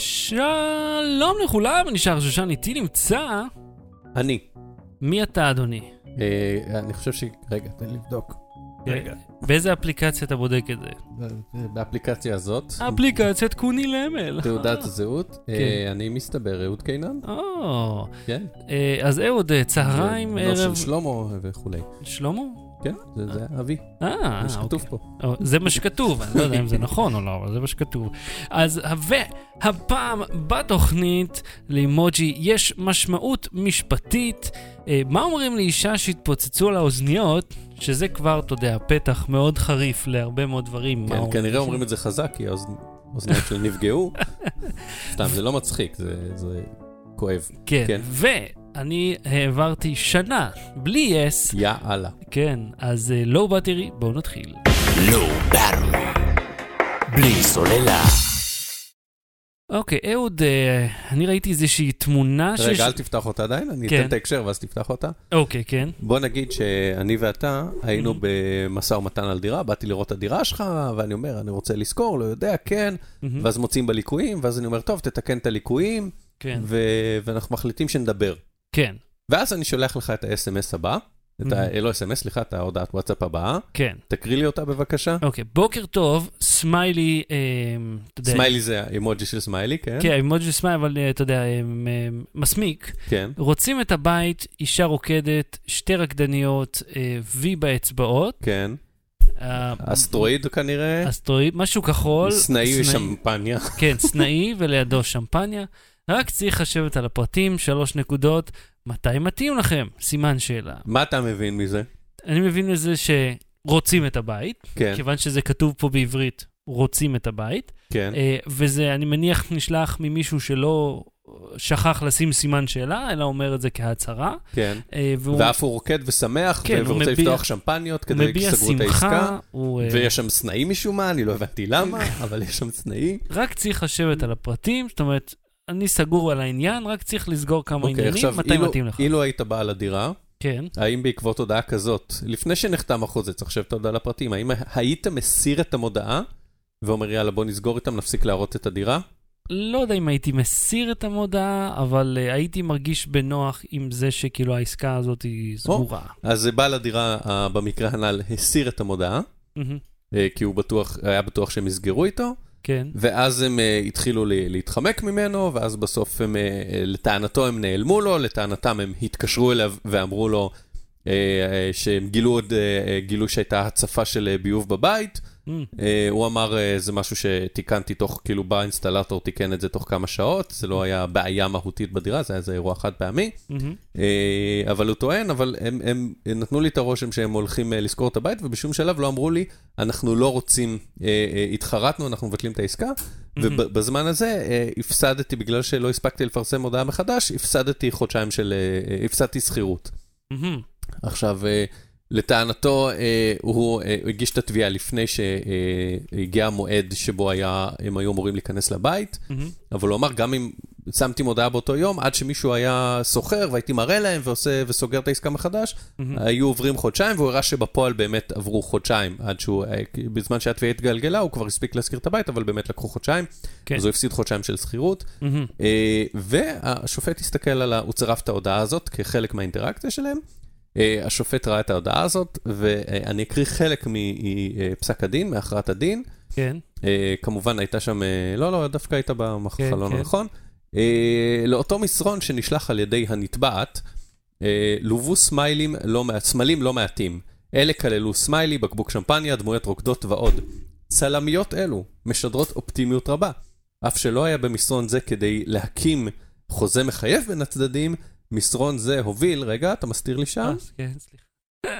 שלום לכולם, נשאר שושן איתי נמצא. אני. מי אתה אדוני? אני חושב רגע, תן לבדוק. רגע. באיזה אפליקציה אתה בודק את זה? באפליקציה הזאת. אפליקציית קוני למל. תעודת הזהות. אני מסתבר אהוד קינן. כן. אז אהוד, צהריים, ערב. של שלמה וכולי. שלמה? כן, זה אבי. מה שכתוב פה. זה מה שכתוב, אני לא יודע אם זה נכון או לא, אבל זה מה שכתוב. אז הפעם בתוכנית לאימוג'י יש משמעות משפטית. מה אומרים לאישה שהתפוצצו על האוזניות, שזה כבר, אתה יודע, פתח מאוד חריף להרבה מאוד דברים. כן, כנראה אומרים את זה חזק, כי האוזניות שלה נפגעו. סתם, זה לא מצחיק, זה כואב. כן, אני העברתי שנה, בלי יס. יאללה. כן, אז לואו בטרי, בואו נתחיל. לואו בטרי, בלי סוללה. אוקיי, אהוד, אני ראיתי איזושהי תמונה רגע, אל תפתח אותה עדיין, אני אתן את ההקשר ואז תפתח אותה. אוקיי, כן. בוא נגיד שאני ואתה היינו במשא ומתן על דירה, באתי לראות את הדירה שלך, ואני אומר, אני רוצה לזכור, לא יודע, כן, ואז מוצאים בליקויים, ואז אני אומר, טוב, תתקן את הליקויים, ואנחנו מחליטים שנדבר. כן. ואז אני שולח לך את ה-SMS הבא, לא SMS, סליחה, את ההודעת וואטסאפ הבאה. כן. תקריא לי אותה בבקשה. אוקיי, בוקר טוב, סמיילי, סמיילי זה האימוג'י של סמיילי, כן? כן, האימוג'י של סמיילי, אבל אתה יודע, מסמיק. כן. רוצים את הבית, אישה רוקדת, שתי רקדניות, וי באצבעות. כן. אסטרואיד כנראה. אסטרואיד, משהו כחול. סנאי ושמפניה. כן, סנאי ולידו שמפניה. רק צריך לשבת על הפרטים, 3 נקודות. מתי מתאים לכם? סימן שאלה. מה אתה מבין מזה? אני מבין מזה שרוצים את הבית, כן. כיוון שזה כתוב פה בעברית, רוצים את הבית. כן. וזה, אני מניח, נשלח ממישהו שלא שכח לשים סימן שאלה, אלא אומר את זה כהצהרה. כן. ואף הוא רוקד ושמח, ורוצה לפתוח שמפניות כדי שסגרו את העסקה. ויש שם סנאי משום מה, אני לא הבנתי למה, אבל יש שם סנאי. רק צריך לשבת על הפרטים, זאת אומרת, אני סגור על העניין, רק צריך לסגור כמה עניינים, מתי מתאים לך. אילו היית בא לדירה, כן. האם בעקבות הודעה כזאת, לפני שנחתם החוזה, צריך לשבת הודעה לפרטים, האם היית מסיר את המודעה, ואומר יאללה בוא נסגור איתם, נפסיק להראות את הדירה? לא יודע אם הייתי מסיר את המודעה, אבל הייתי מרגיש בנוח עם זה שכאילו העסקה הזאת היא סגורה. אז זה בא לדירה במקרה הנ"ל, הסיר את המודעה, כי הוא היה בטוח שהם יסגרו איתו, כן. ואז הם התחילו להתחמק ממנו, ואז בסוף לטענתו הם נעלמו לו, לטענתם הם התקשרו אליו ואמרו לו שהם גילו שהייתה הצפה של ביוב בבית. הוא אמר, זה משהו שתיקנתי תוך, כאילו בא אינסטלטור תיקן את זה תוך כמה שעות, זה לא היה בעיה מהותית בדירה, זה היה איזה אירוע חד פעמי. אבל הוא טוען, אבל הם נתנו לי את הרושם שהם הולכים לזכור את הבית, ובשום שלב לא אמרו לי, אנחנו לא רוצים, התחרטנו, אנחנו מבטלים את העסקה, ובזמן הזה הפסדתי, בגלל שלא הספקתי לפרסם הודעה מחדש, הפסדתי שכירות. עכשיו, לטענתו, הוא הגיש את התביעה לפני שהגיע המועד שבו הם היו אמורים להיכנס לבית, אבל הוא אמר, גם אם שמתי מודעה באותו יום, עד שמישהו היה סוחר והייתי מראה להם וסוגר את העסקה מחדש, היו עוברים חודשיים, והוא הראה שבפועל באמת עברו חודשיים, עד שהוא, בזמן שהתביעה התגלגלה, הוא כבר הספיק להזכיר את הבית, אבל באמת לקחו חודשיים, אז הוא הפסיד חודשיים של שכירות, והשופט הסתכל הוא צירף את ההודעה הזאת כחלק מהאינטראקציה שלהם, השופט ראה את ההודעה הזאת, ואני אקריא חלק מפסק הדין, מהכרעת הדין. כן. כמובן הייתה שם, לא, דווקא הייתה בחלון הנכון. לאותו מסרון שנשלח על ידי הנתבעת, לובו סמיילים לא מעטים. אלה כללו סמיילי, בקבוק שמפניה, דמויות רוקדות ועוד. צלמיות אלו משדרות אופטימיות רבה. אף שלא היה במסרון זה כדי להקים חוזה מחייב בין הצדדים, מסרון זה הוביל, רגע, אתה מסתיר לי שם? כן, סליחה.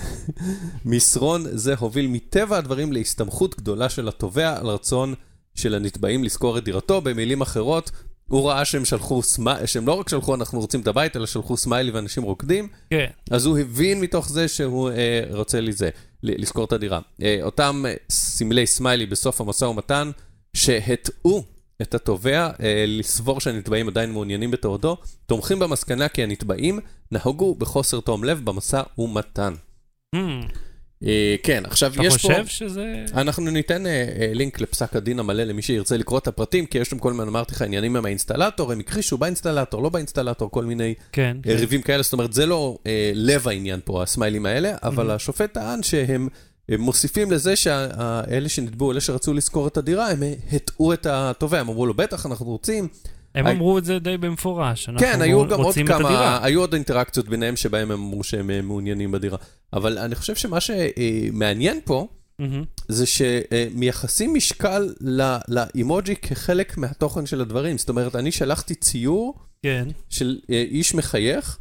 מסרון זה הוביל מטבע הדברים להסתמכות גדולה של התובע על רצון של הנתבעים לזכור את דירתו. במילים אחרות, הוא ראה שהם לא רק שלחו אנחנו רוצים את הבית, אלא שלחו סמיילי ואנשים רוקדים. כן. אז הוא הבין מתוך זה שהוא רוצה לזכור את הדירה. אותם סמלי סמיילי בסוף המשא ומתן שהטעו את התובע לסבור שהנתבעים עדיין מעוניינים בתעודו, תומכים במסקנה כי הנתבעים נהגו בחוסר תום לב במשא ומתן. כן, עכשיו אתה יש פה... חושב שזה... אנחנו ניתן לינק לפסק הדין המלא למי שירצה לקרוא את הפרטים, כי יש שם כל מיני, אמרתי לך, עניינים עם האינסטלטור, הם הקרישו באינסטלטור, לא באינסטלטור, כל מיני ריבים כאלה, זאת אומרת, זה לא לב העניין פה, הסמיילים האלה, אבל השופט טען שהם מוסיפים לזה שהאלה שנתבעו, אלה שרצו לזכור את הדירה, הם הטעו את התובע, הם אמרו לו, בטח, אנחנו רוצים... הם אמרו את זה די במפורש, כן, היו גם עוד כמה, היו עוד אינטראקציות ביניהם שבהם הם אמרו שהם מעוניינים בדירה. אבל אני חושב שמה שמעניין פה, זה שמייחסים משקל לאימוג'י כחלק מהתוכן של הדברים. זאת אומרת, אני שלחתי ציור של איש מחייך,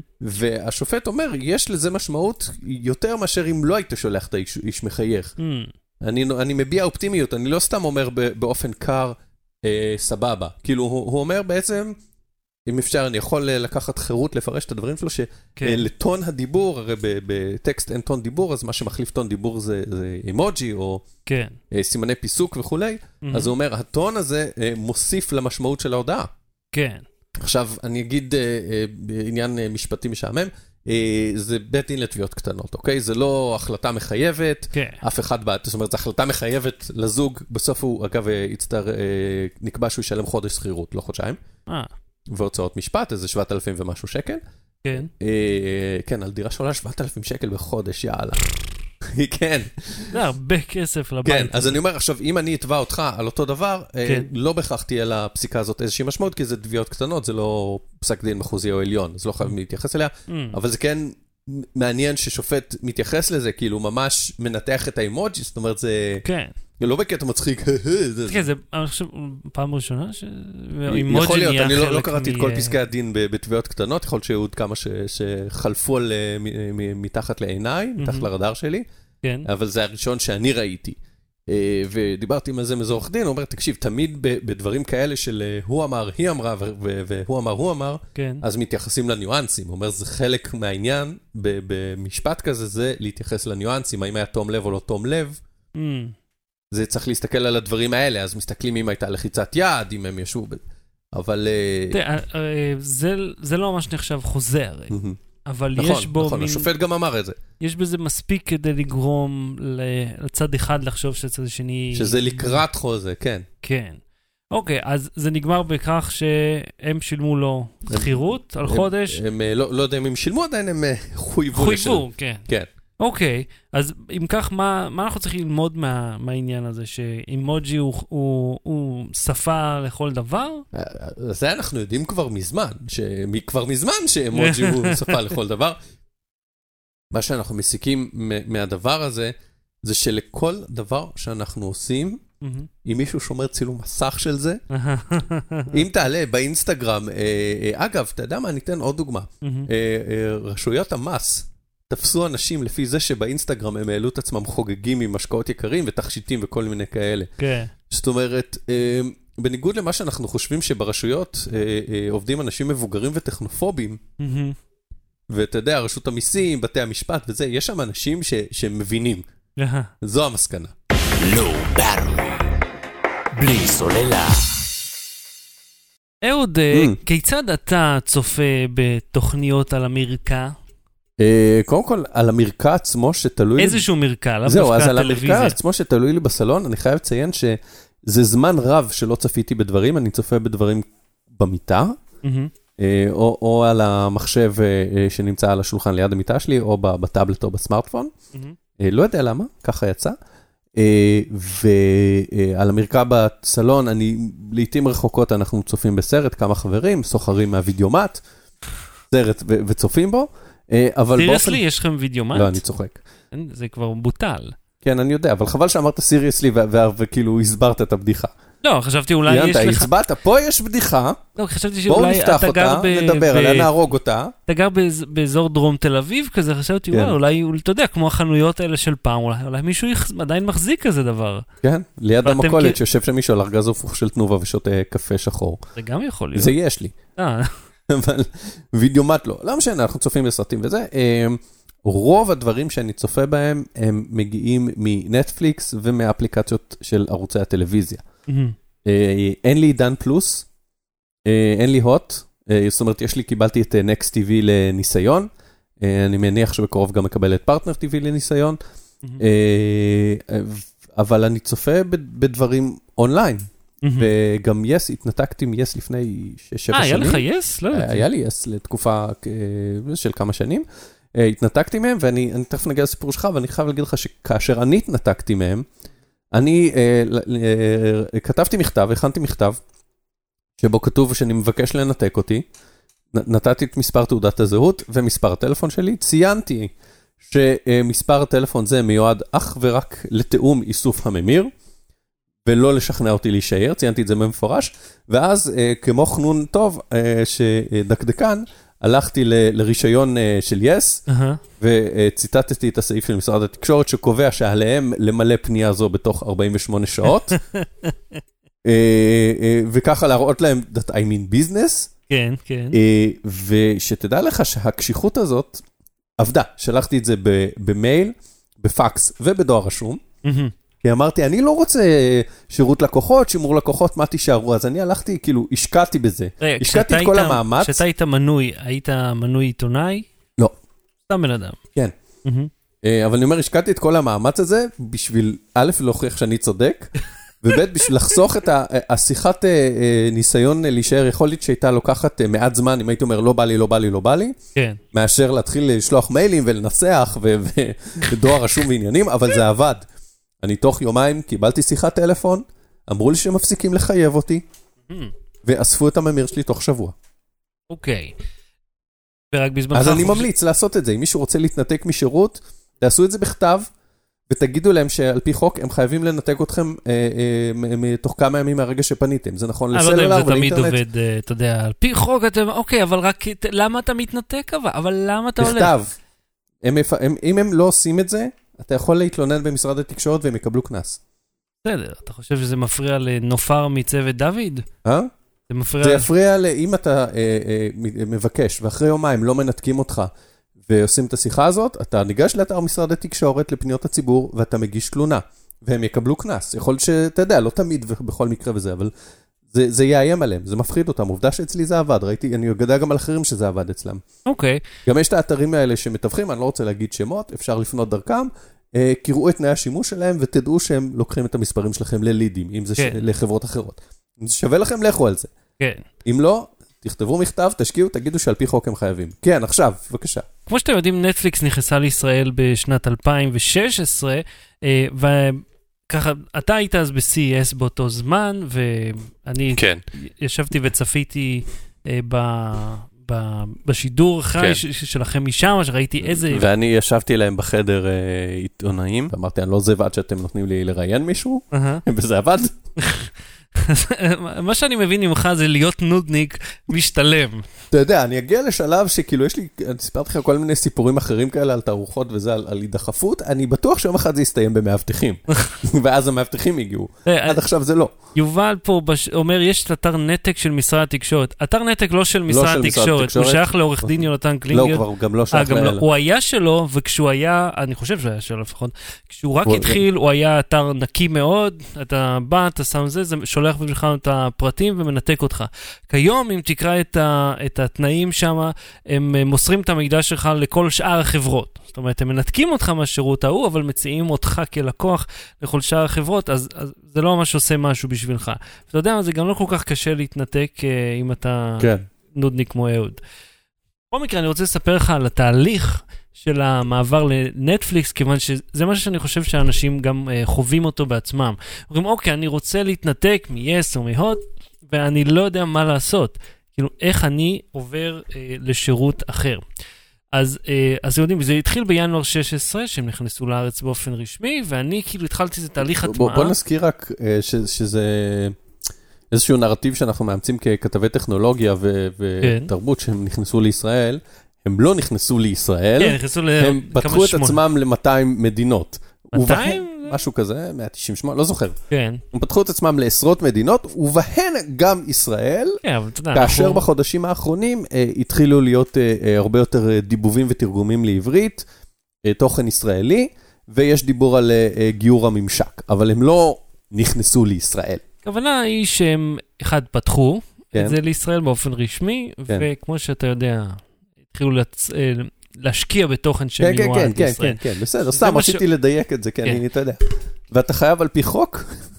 והשופט אומר, יש לזה משמעות יותר מאשר אם לא היית שולח את האיש מחייך. אני מביע אופטימיות, אני לא סתם אומר באופן קר, סבבה. כאילו, הוא אומר בעצם, אם אפשר, אני יכול לקחת חירות לפרש את הדברים שלו, שלטון הדיבור, הרי בטקסט אין טון דיבור, אז מה שמחליף טון דיבור זה אימוג'י, או סימני פיסוק וכולי, אז הוא אומר, הטון הזה מוסיף למשמעות של ההודעה. כן. עכשיו, אני אגיד בעניין משפטי משעמם, זה בית דין לתביעות קטנות, אוקיי? זה לא החלטה מחייבת, אף אחד זאת אומרת, זו החלטה מחייבת לזוג, בסוף הוא, אגב, נקבע שהוא ישלם חודש שכירות, לא חודשיים, והוצאות משפט, איזה 7,000 ומשהו שקל. כן. כן, על דירה שעולה 7,000 שקל בחודש, יאללה. כן. זה הרבה כסף לבית. כן, אז אני אומר, עכשיו, אם אני אתבע אותך על אותו דבר, לא בכך תהיה לפסיקה הזאת איזושהי משמעות, כי זה תביעות קטנות, זה לא פסק דין מחוזי או עליון, אז לא חייבים להתייחס אליה, אבל זה כן מעניין ששופט מתייחס לזה, כאילו ממש מנתח את האימוג'י, זאת אומרת, זה... כן. לא בקטע מצחיק. כן, זה, אני חושב, פעם ראשונה יכול להיות, אני לא קראתי את כל פסקי הדין בתביעות קטנות, יכול להיות שהיו עוד כמה שחלפו מתחת לעיניי, מתחת לרדאר שלי, אבל זה הראשון שאני ראיתי. ודיברתי עם איזה מזור דין, הוא אומר, תקשיב, תמיד בדברים כאלה של הוא אמר, היא אמרה, והוא אמר, הוא אמר, אז מתייחסים לניואנסים. הוא אומר, זה חלק מהעניין, במשפט כזה, זה להתייחס לניואנסים, האם היה תום לב או לא תום לב. זה צריך להסתכל על הדברים האלה, אז מסתכלים אם הייתה לחיצת יד, אם הם ישבו, אבל... זה לא ממש נחשב חוזר, אבל יש בו... נכון, השופט גם אמר את זה. יש בזה מספיק כדי לגרום לצד אחד לחשוב שצד השני... שזה לקראת חוזה, כן. כן. אוקיי, אז זה נגמר בכך שהם שילמו לו שכירות על חודש. הם לא יודע אם הם שילמו עדיין, הם חויבו לשלם. חויבו, כן. כן. אוקיי, אז אם כך, מה אנחנו צריכים ללמוד מהעניין הזה, שאימוג'י הוא שפה לכל דבר? זה אנחנו יודעים כבר מזמן, שאימוג'י הוא שפה לכל דבר. מה שאנחנו מסיקים מהדבר הזה, זה שלכל דבר שאנחנו עושים, אם מישהו שומר צילום מסך של זה, אם תעלה באינסטגרם, אגב, אתה יודע מה, אני אתן עוד דוגמה, רשויות המס, תפסו אנשים לפי זה שבאינסטגרם הם העלו את עצמם חוגגים עם משקאות יקרים ותכשיטים וכל מיני כאלה. כן. זאת אומרת, בניגוד למה שאנחנו חושבים שברשויות עובדים אנשים מבוגרים וטכנופובים, ואתה יודע, רשות המיסים, בתי המשפט וזה, יש שם אנשים שמבינים. זו המסקנה. לא ברם. בלי סוללה. אהוד, כיצד אתה צופה בתוכניות על המרקע? קודם כל, על המרקע עצמו שתלוי לי... איזשהו מרקע, לא זהו, אז על המרקע עצמו שתלוי לי בסלון, אני חייב לציין שזה זמן רב שלא צפיתי בדברים, אני צופה בדברים במיטה, או על המחשב שנמצא על השולחן ליד המיטה שלי, או בטאבלט או בסמארטפון. לא יודע למה, ככה יצא. ועל המרקע בסלון, לעתים רחוקות אנחנו צופים בסרט, כמה חברים, סוחרים מהווידאומט, סרט וצופים בו. סיריוסלי, יש לכם וידאומט? לא, אני צוחק. זה כבר בוטל. כן, אני יודע, אבל חבל שאמרת סיריוסלי וכאילו הסברת את הבדיחה. לא, חשבתי אולי יש לך... הצבעת, פה יש בדיחה, לא, חשבתי שאולי אתה גר נדבר עליה, נהרוג אותה. אתה גר באזור דרום תל אביב כזה, חשבתי, אולי, אתה יודע, כמו החנויות האלה של פעם, אולי מישהו עדיין מחזיק כזה דבר. כן, ליד המקולת שיושב שם מישהו על ארגז הפוך של תנובה ושותה קפה שחור. זה גם יכול להיות. זה יש לי. אבל וידאומט לא. לא משנה, אנחנו צופים בסרטים וזה. רוב הדברים שאני צופה בהם, הם מגיעים מנטפליקס ומאפליקציות של ערוצי הטלוויזיה. אין לי עידן פלוס, אין לי הוט, זאת אומרת, קיבלתי את נקסט TV לניסיון, אני מניח שבקרוב גם מקבל את פרטנר TV לניסיון, אבל אני צופה בדברים אונליין. וגם יס, התנתקתי מיס לפני 6-7 שנים. היה לך יס? לא יודעת. היה לי יס לתקופה של כמה שנים. התנתקתי מהם, ואני תכף נגיע לסיפור שלך, ואני חייב להגיד לך שכאשר אני התנתקתי מהם, אני כתבתי מכתב, הכנתי מכתב, שבו כתוב שאני מבקש לנתק אותי, נתתי את מספר תעודת הזהות ומספר הטלפון שלי, ציינתי שמספר הטלפון זה מיועד אך ורק לתאום איסוף הממיר, ולא לשכנע אותי להישאר, ציינתי את זה במפורש, ואז כמו חנון טוב שדקדקן, הלכתי לרישיון של יס, וציטטתי את הסעיף של משרד התקשורת, שקובע שעליהם למלא פנייה זו בתוך 48 שעות, וככה להראות להם that I mean business, כן, כן. ושתדע לך שהקשיחות הזאת עבדה, שלחתי את זה במייל, בפקס ובדואר רשום, כי אמרתי, אני לא רוצה שירות לקוחות, שימור לקוחות, מה תישארו? אז אני הלכתי, כאילו, השקעתי בזה. השקעתי את כל המאמץ. כשאתה היית מנוי, היית מנוי עיתונאי? לא. סתם בן אדם. כן. אבל אני אומר, השקעתי את כל המאמץ הזה, בשביל א', להוכיח שאני צודק, וב', בשביל לחסוך את השיחת ניסיון להישאר, יכול להיות שהייתה לוקחת מעט זמן, אם הייתי אומר, לא בא לי, לא בא לי, לא בא לי, כן. מאשר להתחיל לשלוח מיילים ולנסח, ודואר רשום ועניינים, אבל זה עבד. אני תוך יומיים קיבלתי שיחת טלפון, אמרו לי שמפסיקים לחייב אותי, ואספו את הממיר שלי תוך שבוע. אוקיי. ורק בזמן אז אני ממליץ לעשות את זה. אם מישהו רוצה להתנתק משירות, תעשו את זה בכתב, ותגידו להם שעל פי חוק הם חייבים לנתק אתכם תוך כמה ימים מהרגע שפניתם. זה נכון לסלולר ולאינטרנט. זה תמיד עובד, אתה יודע, על פי חוק אתם, אוקיי, אבל רק, למה אתה מתנתק? אבל למה אתה הולך? בכתב. אם הם לא עושים את זה, אתה יכול להתלונן במשרד התקשורת והם יקבלו כנס. בסדר, אתה חושב שזה מפריע לנופר מצוות דוד? זה יפריע אם אתה מבקש, ואחרי יומיים לא מנתקים אותך, ועושים את השיחה הזאת, אתה ניגש לאתר משרד התקשורת לפניות הציבור, ואתה מגיש תלונה, והם יקבלו כנס. יכול שאתה יודע, לא תמיד ובכל מקרה וזה, אבל זה יאיים עליהם, זה מפחיד אותם. עובדה שאצלי זה עבד, ראיתי, אני יודע גם על אחרים שזה עבד אצלם. אוקיי. גם יש את האתרים האלה שמתווכים, אני לא רוצה להגיד שמות, אפשר לפנות דרכם, קראו את תנאי השימוש שלהם, ותדעו שהם לוקחים את המספרים שלכם ללידים, אם זה לחברות אחרות. אם זה שווה לכם, לכו על זה. כן. אם לא, תכתבו מכתב, תשקיעו, תגידו שעל פי חוק הם חייבים. כן, עכשיו, בבקשה. כמו שאתם יודעים, נטפליקס נכנסה לישראל בשנת 2016, וככה, אתה היית אז ב-CES באותו זמן, ואני ישבתי וצפיתי בשידור חי שלכם משם, שראיתי איזה... ואני ישבתי להם בחדר עיתונאים, ואמרתי, אני לא עוזב עד שאתם נותנים לי לראיין מישהו, וזה עבד. מה שאני מבין ממך זה להיות נודניק משתלם. אתה יודע, אני אגיע לשלב שכאילו יש לי, אני סיפרתי לך כל מיני סיפורים אחרים כאלה על תערוכות וזה, על הידחפות, אני בטוח שיום אחד זה יסתיים במאבטחים, ואז המאבטחים הגיעו. עד עכשיו זה לא. יובל פה אומר, יש אתר נתק של משרד התקשורת. אתר נתק לא של משרד התקשורת, הוא שייך לעורך דין יונתן קלינגר. לא, כבר גם לא שייך לאלה. הוא היה שלו, וכשהוא היה, אני חושב שהוא היה שלו לפחות, כשהוא רק התחיל, הוא היה אתר נקי מאוד, אתה בא, אתה שם זה שולח בשבילך את הפרטים ומנתק אותך. כיום, אם תקרא את התנאים שם, הם מוסרים את המידע שלך לכל שאר החברות. זאת אומרת, הם מנתקים אותך מהשירות ההוא, אבל מציעים אותך כלקוח לכל שאר החברות, אז זה לא ממש עושה משהו בשבילך. אתה יודע, זה גם לא כל כך קשה להתנתק אם אתה נודניק כמו אהוד. בכל מקרה, אני רוצה לספר לך על התהליך של המעבר לנטפליקס, כיוון שזה משהו שאני חושב שאנשים גם חווים אותו בעצמם. אומרים, אוקיי, אני רוצה להתנתק מ-yes או מהוט, ואני לא יודע מה לעשות. כאילו, איך אני עובר לשירות אחר. אז יודעים, זה התחיל בינואר 16, שהם נכנסו לארץ באופן רשמי, ואני כאילו התחלתי איזה תהליך הטמעה. בוא נזכיר רק שזה איזשהו נרטיב שאנחנו מאמצים ככתבי טכנולוגיה ותרבות שהם נכנסו לישראל, הם לא נכנסו לישראל, הם פתחו את עצמם ל-200 מדינות. 200? משהו כזה, 198, לא זוכר. כן. הם פתחו את עצמם לעשרות מדינות, ובהן גם ישראל, כאשר בחודשים האחרונים התחילו להיות הרבה יותר דיבובים ותרגומים לעברית, תוכן ישראלי, ויש דיבור על גיור הממשק, אבל הם לא נכנסו לישראל. הכוונה היא שהם, אחד, פתחו את זה לישראל באופן רשמי, וכמו שאתה יודע, התחילו להשקיע בתוכן שמיועד לישראל. כן, בסדר, סתם רציתי לדייק את זה, כי אני, אתה יודע. ואתה חייב על פי חוק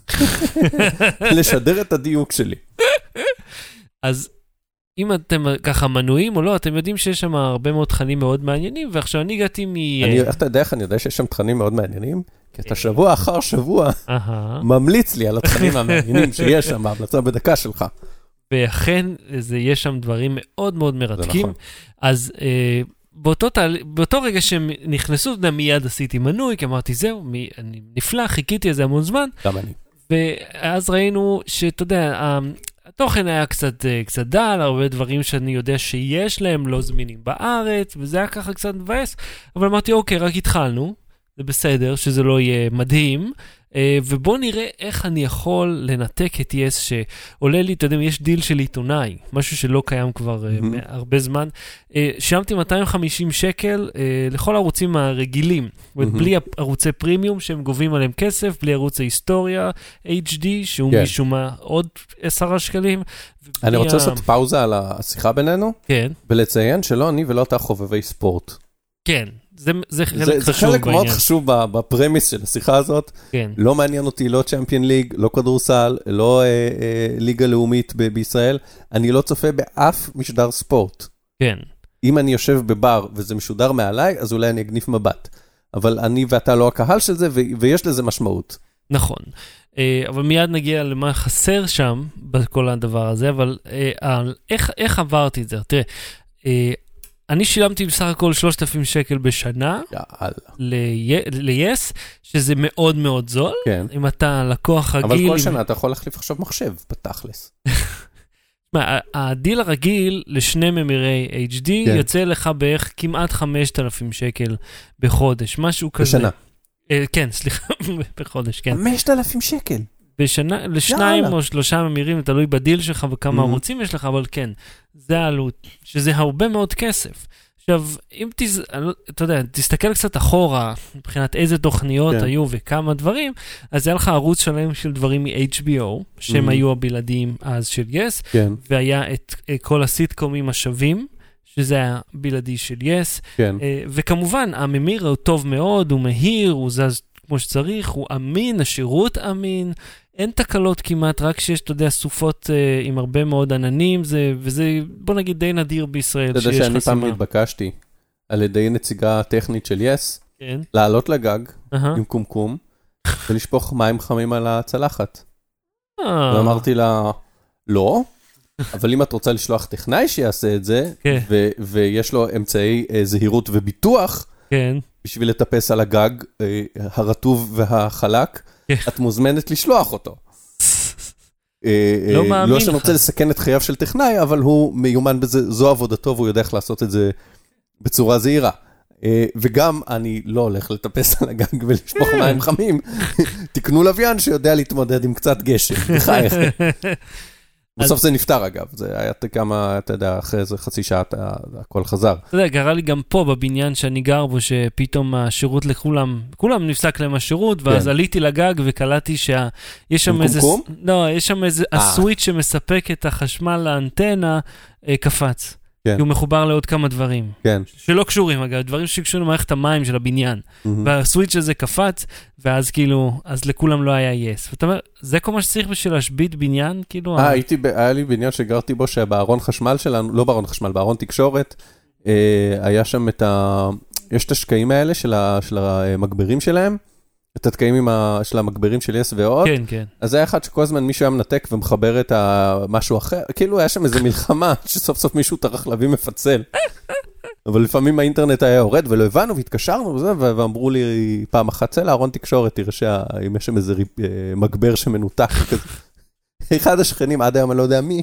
לשדר את הדיוק שלי. אז אם אתם ככה מנויים או לא, אתם יודעים שיש שם הרבה מאוד תכנים מאוד מעניינים, ועכשיו אני הגעתי אתה יודע איך אני יודע שיש שם תכנים מאוד מעניינים? כי אתה שבוע אחר שבוע ממליץ לי על התכנים המעניינים שיש שם, בהמלצה בדקה שלך. ואכן, יש שם דברים מאוד מאוד מרתקים. אז באותו רגע שהם נכנסו, מיד עשיתי מנוי, כי אמרתי, זהו, אני נפלא, חיכיתי איזה המון זמן. גם אני. ואז ראינו שאתה יודע, התוכן היה קצת דל, הרבה דברים שאני יודע שיש להם, לא זמינים בארץ, וזה היה ככה קצת מבאס, אבל אמרתי, אוקיי, רק התחלנו, זה בסדר, שזה לא יהיה מדהים, ובוא נראה איך אני יכול לנתק את יס, שעולה לי, אתה יודע, יש דיל של עיתונאי, משהו שלא קיים כבר הרבה זמן, שילמתי 250 שקל לכל הערוצים הרגילים, בלי ערוצי פרימיום שהם גובים עליהם כסף, בלי ערוץ ההיסטוריה, HD, שהוא משום מה עוד 10 שקלים. אני רוצה לעשות פאוזה על השיחה בינינו, ולציין שלא אני ולא אתה חובבי ספורט. כן. זה חלק חשוב בעניין. זה חלק מאוד חשוב בפרמיס של השיחה הזאת. כן. לא מעניין אותי, לא צ'מפיון ליג, לא כדורסל, לא ליגה לאומית בישראל. אני לא צופה באף משדר ספורט. כן. אם אני יושב בבר וזה משודר מעליי, אז אולי אני אגניף מבט. אבל אני ואתה לא הקהל של זה, ויש לזה משמעות. נכון. אבל מיד נגיע למה חסר שם, בכל הדבר הזה, אבל איך עברתי את זה? תראה, אני שילמתי בסך הכל 3,000 שקל בשנה ל-yes, שזה מאוד מאוד זול. כן. אם אתה לקוח רגיל... אבל כל שנה אתה יכול להחליף עכשיו מחשב, בתכלס. הדיל הרגיל לשני ממירי HD יוצא לך בערך כמעט 5,000 שקל בחודש, משהו כזה. בשנה. כן, סליחה, בחודש, כן. 5,000 שקל. בשנה, לשניים או שלושה ממירים, תלוי בדיל שלך וכמה ערוצים יש לך, אבל כן, זה העלות, שזה הרבה מאוד כסף. עכשיו, אם אתה יודע, תסתכל קצת אחורה, מבחינת איזה תוכניות היו וכמה דברים, אז היה לך ערוץ שלם של דברים מ-HBO, שהם היו הבלעדיים אז של yes, והיה את כל הסיטקומים השווים, שזה היה בלעדי של yes, וכמובן, הממיר הוא טוב מאוד, הוא מהיר, הוא זז כמו שצריך, הוא אמין, השירות אמין, אין תקלות כמעט, רק שיש, אתה יודע, סופות עם הרבה מאוד עננים, וזה, בוא נגיד, די נדיר בישראל. אתה יודע שאני פעם התבקשתי על ידי נציגה טכנית של יס, לעלות לגג עם קומקום, ולשפוך מים חמים על הצלחת. ואמרתי לה, לא, אבל אם את רוצה לשלוח טכנאי שיעשה את זה, ויש לו אמצעי זהירות וביטוח, בשביל לטפס על הגג הרטוב והחלק, את מוזמנת לשלוח אותו. לא מאמין לך. לא שאני רוצה לסכן את חייו של טכנאי, אבל הוא מיומן בזה, זו עבודתו, והוא יודע איך לעשות את זה בצורה זהירה. וגם אני לא הולך לטפס על הגג ולשפוך מים חמים. תקנו לוויין שיודע להתמודד עם קצת גשם, בחייך. בסוף זה נפטר אגב, זה היה כמה, אתה יודע, אחרי איזה חצי שעה הכל חזר. אתה יודע, קרה לי גם פה בבניין שאני גר בו, שפתאום השירות לכולם, כולם נפסק להם השירות, ואז עליתי לגג וקלטתי שיש שם איזה, לא, יש שם איזה, הסוויץ' שמספק את החשמל לאנטנה, קפץ. כי הוא מחובר לעוד כמה דברים. כן. שלא קשורים, אגב, דברים שקשורים למערכת המים של הבניין. והסוויץ' הזה קפץ, ואז כאילו, אז לכולם לא היה yes. ואתה אומר, זה כל מה שצריך בשביל להשבית בניין? כאילו... היה לי בניין שגרתי בו, שבארון חשמל שלנו, לא בארון חשמל, בארון תקשורת, היה שם יש את השקעים האלה של המגברים שלהם, את התקעים של המגברים של יס ועוד. כן, כן. אז היה אחד שכל הזמן מישהו היה מנתק ומחבר את משהו אחר. כאילו היה שם איזו מלחמה שסוף סוף מישהו טרח להביא מפצל. אבל לפעמים האינטרנט היה יורד ולא הבנו והתקשרנו וזה, ואמרו לי פעם אחת, צא לארון תקשורת, תראה אם יש שם איזה מגבר שמנותק. אחד השכנים, עד היום אני לא יודע מי.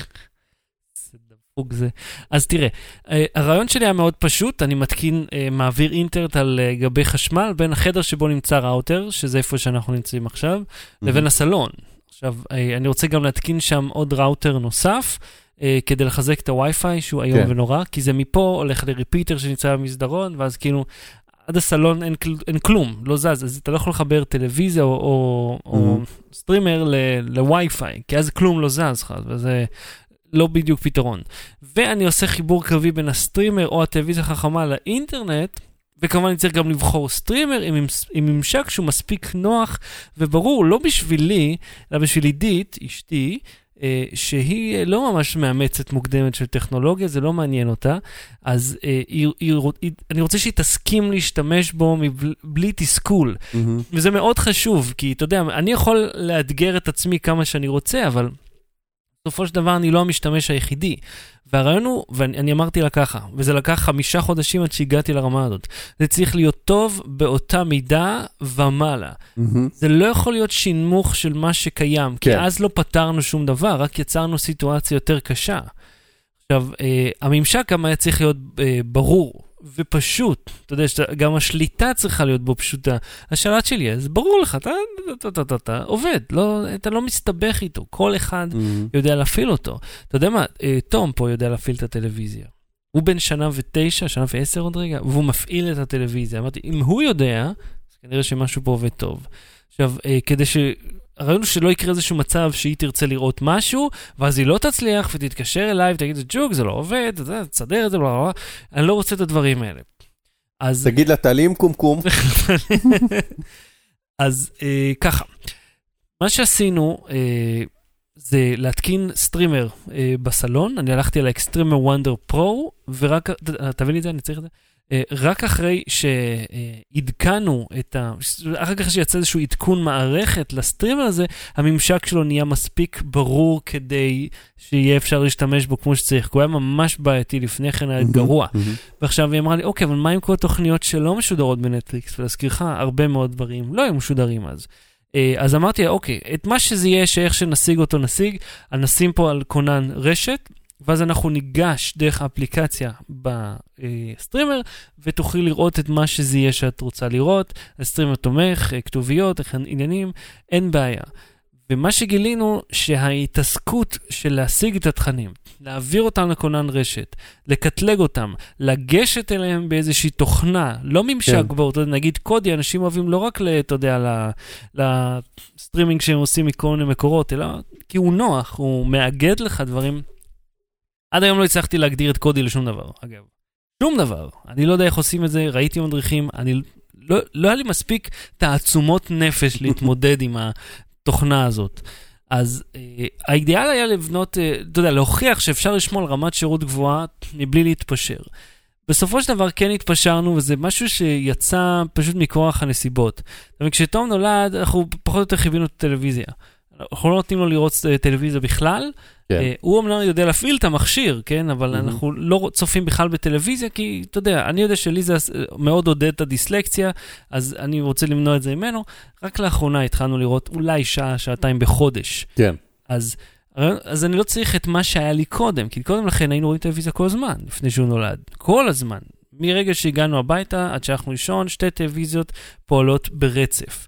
אז תראה, הרעיון שלי היה מאוד פשוט, אני מתקין מעביר אינטרנט על גבי חשמל, בין החדר שבו נמצא ראוטר, שזה איפה שאנחנו נמצאים עכשיו, לבין הסלון. עכשיו, אני רוצה גם להתקין שם עוד ראוטר נוסף, כדי לחזק את הווי-פיי, שהוא היום ונורא, כי זה מפה הולך לריפיטר שנמצא במסדרון, ואז כאילו, עד הסלון אין כלום, לא זז, אז אתה לא יכול לחבר טלוויזיה או סטרימר לווי-פיי, כי אז כלום לא זז, וזה... לא בדיוק פתרון. ואני עושה חיבור קרבי בין הסטרימר או הטלוויזיה החכמה לאינטרנט, וכמובן אני צריך גם לבחור סטרימר עם ממשק שהוא מספיק נוח וברור, לא בשבילי, אלא בשביל עידית, אשתי, שהיא לא ממש מאמצת מוקדמת של טכנולוגיה, זה לא מעניין אותה, אז אני רוצה שהיא תסכים להשתמש בו בלי תסכול. וזה מאוד חשוב, כי אתה יודע, אני יכול לאתגר את עצמי כמה שאני רוצה, אבל בסופו של דבר אני לא המשתמש היחידי. והרעיון הוא, ואני אמרתי לה ככה, וזה לקח 5 חודשים עד שהגעתי לרמה הזאת, זה צריך להיות טוב באותה מידה ומעלה. זה לא יכול להיות שינמוך של מה שקיים, כי אז לא פתרנו שום דבר, רק יצרנו סיטואציה יותר קשה. עכשיו, הממשק גם היה צריך להיות ברור ופשוט. אתה יודע, גם השליטה צריכה להיות בו פשוטה. השלט שלי, אז ברור לך, אתה עובד, אתה לא מסתבך איתו. כל אחד יודע להפעיל אותו. אתה יודע מה, תום פה יודע להפעיל את הטלוויזיה. הוא בן 1:09, 1:10 עוד רגע, והוא מפעיל את הטלוויזיה. אמרתי, אם הוא יודע, אז כנראה שמשהו פה עובד טוב. עכשיו, כדי הרעיון שלא יקרה איזשהו מצב שהיא תרצה לראות משהו, ואז היא לא תצליח ותתקשר אליי ותגיד, זה ג'וק, זה לא עובד, תסדר את זה, אני לא רוצה את הדברים האלה. תגיד לה, תעלי עם קומקום. אז ככה, מה שעשינו זה להתקין סטרימר בסלון, אני הלכתי על האקסטרימר וונדר פרו, ורק, תביא לי את זה, אני צריך את זה, רק אחרי שהדקנו אחר כך שיצא איזשהו עדכון מערכת לסטרימר הזה, הממשק שלו נהיה מספיק ברור כדי שיהיה אפשר להשתמש בו כמו שצריך, הוא היה ממש בעייתי לפני כן, היה גרוע. ועכשיו היא אמרה לי, אוקיי, אבל מה עם כל התוכניות שלא משודרות בנטפליקס? ולהזכירך, הרבה מאוד דברים לא היו משודרים אז. אז אמרתי, אוקיי, את מה שזה יהיה שאיך שנשיג אותו נשיג, נשים פה על קונן רשת, ואז אנחנו ניגש דרך האפליקציה בסטרימר, ותוכלי לראות את מה שזה יהיה שאת רוצה לראות. הסטרימר תומך, כתוביות, עניינים, אין בעיה. ומה שגילינו, שההתעסקות של להשיג את התכנים, להעביר אותם לקונן רשת, לקטלג אותם, לגשת אליהם באיזושהי תוכנה, לא ממשק בו, נגיד קודי, אנשים אוהבים לא רק לסטרימינג שהם עושים מכל מיני מקורות, אלא כי הוא נוח, הוא מאגד לך דברים. עד היום לא הצלחתי להגדיר את קודי לשום דבר, אגב. שום דבר. אני לא יודע איך עושים את זה, ראיתי מדריכים, לא היה לי מספיק תעצומות נפש להתמודד עם התוכנה הזאת. אז האידיאל היה לבנות, אתה יודע, להוכיח שאפשר לשמור על רמת שירות גבוהה מבלי להתפשר. בסופו של דבר כן התפשרנו, וזה משהו שיצא פשוט מכורח הנסיבות. כשתום נולד, אנחנו פחות או יותר חיווינו את הטלוויזיה. אנחנו לא נותנים לו לראות טלוויזיה בכלל, הוא אמנם יודע להפעיל את המכשיר, כן? אבל אנחנו לא צופים בכלל בטלוויזיה, כי אתה יודע, אני יודע שלי זה מאוד עודד את הדיסלקציה, אז אני רוצה למנוע את זה ממנו, רק לאחרונה התחלנו לראות אולי שעה, שעתיים בחודש. כן. אז אני לא צריך את מה שהיה לי קודם, כי קודם לכן היינו רואים טלוויזיה כל הזמן, לפני שהוא נולד. כל הזמן. מרגע שהגענו הביתה, עד שאנחנו לישון, 2 טלוויזיות פועלות ברצף.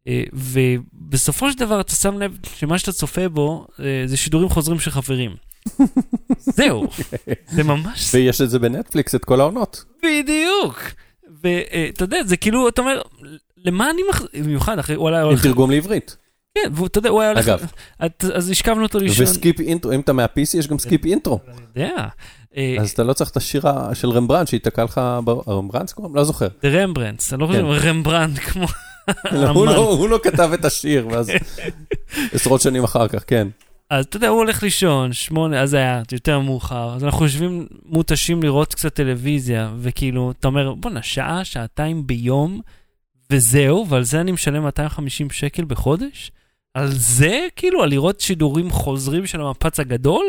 ובסופו של דבר אתה שם לב שמה שאתה צופה בו זה שידורים חוזרים של חברים. זהו, זה ממש... ויש את זה בנטפליקס, את כל העונות. בדיוק. ואתה יודע, זה כאילו, אתה אומר, למה אני במיוחד אחרי... עם תרגום לעברית. כן, ואתה יודע, הוא היה הולך... אגב. אז השכבנו אותו לישון. וסקיפ אינטרו, אם אתה מה-PC יש גם סקיפ אינטרו. אני יודע. אז אתה לא צריך את השירה של רמברנט, שהתקע לך... רמברנט קוראים? לא זוכר. רמברנט, אני לא חושב רמברנט כמו... הוא לא כתב את השיר, ואז 10 שנים אחר כך, כן. אז אתה יודע, הוא הולך לישון, 8, אז היה יותר מאוחר, אז אנחנו יושבים מותשים לראות קצת טלוויזיה, וכאילו, אתה אומר, בוא נשעה, שעתיים ביום, וזהו, ועל זה אני משלם 250 שקל בחודש? על זה, כאילו, על לראות שידורים חוזרים של המפץ הגדול?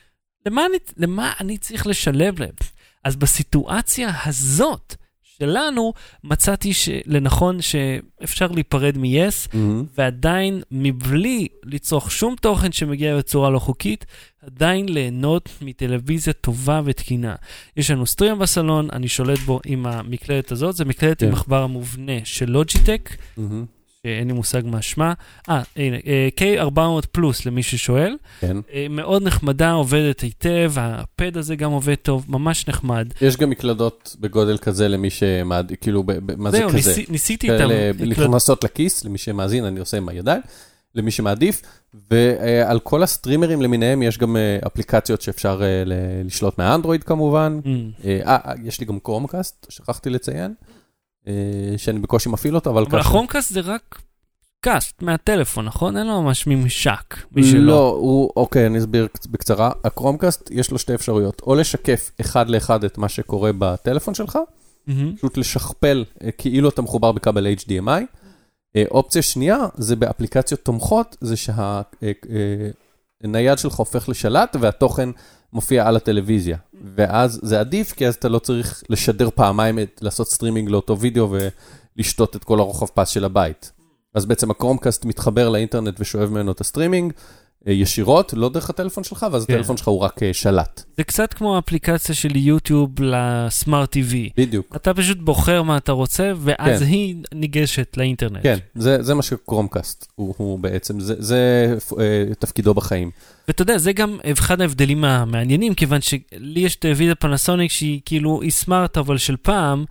למה אני צריך לשלב להם? אז בסיטואציה הזאת, שלנו, מצאתי לנכון שאפשר להיפרד מ-yes, ועדיין מבלי לצרוך שום תוכן שמגיע בצורה לא חוקית, עדיין ליהנות מטלוויזיה טובה ותקינה. יש לנו סטרים בסלון, אני שולט בו עם המקלדת הזאת, זה מקלדת עם מחבר המובנה של לוג'יטק, שאין לי מושג מה שמה. הנה, K400 פלוס למי ששואל. כן. מאוד נחמדה, עובדת היטב, הפד הזה גם עובד טוב, ממש נחמד. יש גם מקלדות בגודל כזה למי שמעד, כאילו, מה זה כזה? ניסיתי איתם. נכנסות לכיס, למי שמאזין, אני עושה עם הידיים. למי שמעדיף, ועל כל הסטרימרים למיניהם יש גם אפליקציות שאפשר לשלוט מהאנדרואיד כמובן. יש לי גם קרומקאסט, שכחתי לציין, שאני בקושי מפעיל אותו, אבל הקרומקאסט זה רק קאסט מהטלפון, נכון? אין לו ממש ממשק. לא, אוקיי, אני אסביר בקצרה. הקרומקאסט יש לו שתי אפשרויות, או לשקף אחד לאחד את מה שקורה בטלפון שלך, פשוט לשכפל כאילו אתה מחובר בכבל HDMI, אופציה שנייה, זה באפליקציות תומכות, זה שהנייד שלך הופך לשלט, והתוכן מופיע על הטלוויזיה. ואז זה עדיף, כי אז אתה לא צריך לשדר פעמיים, לעשות סטרימינג לאותו וידאו, ולשתות את כל הרוחב פס של הבית. אז בעצם הקרומקאסט מתחבר לאינטרנט, ושואב ממנו את הסטרימינג, ישירות, לא דרך הטלפון שלך, ואז הטלפון שלך הוא רק שלט. זה קצת כמו האפליקציה של יוטיוב לסמארט TV. בדיוק. אתה פשוט בוחר מה אתה רוצה, ואז היא ניגשת לאינטרנט. כן, זה מה שקרומקאסט הוא בעצם, זה תפקידו בחיים. ואתה יודע, זה גם אחד ההבדלים המעניינים, כיוון שלי יש טלוויזיה פנסוניק שהיא כאילו, היא סמארט אבל של פעם,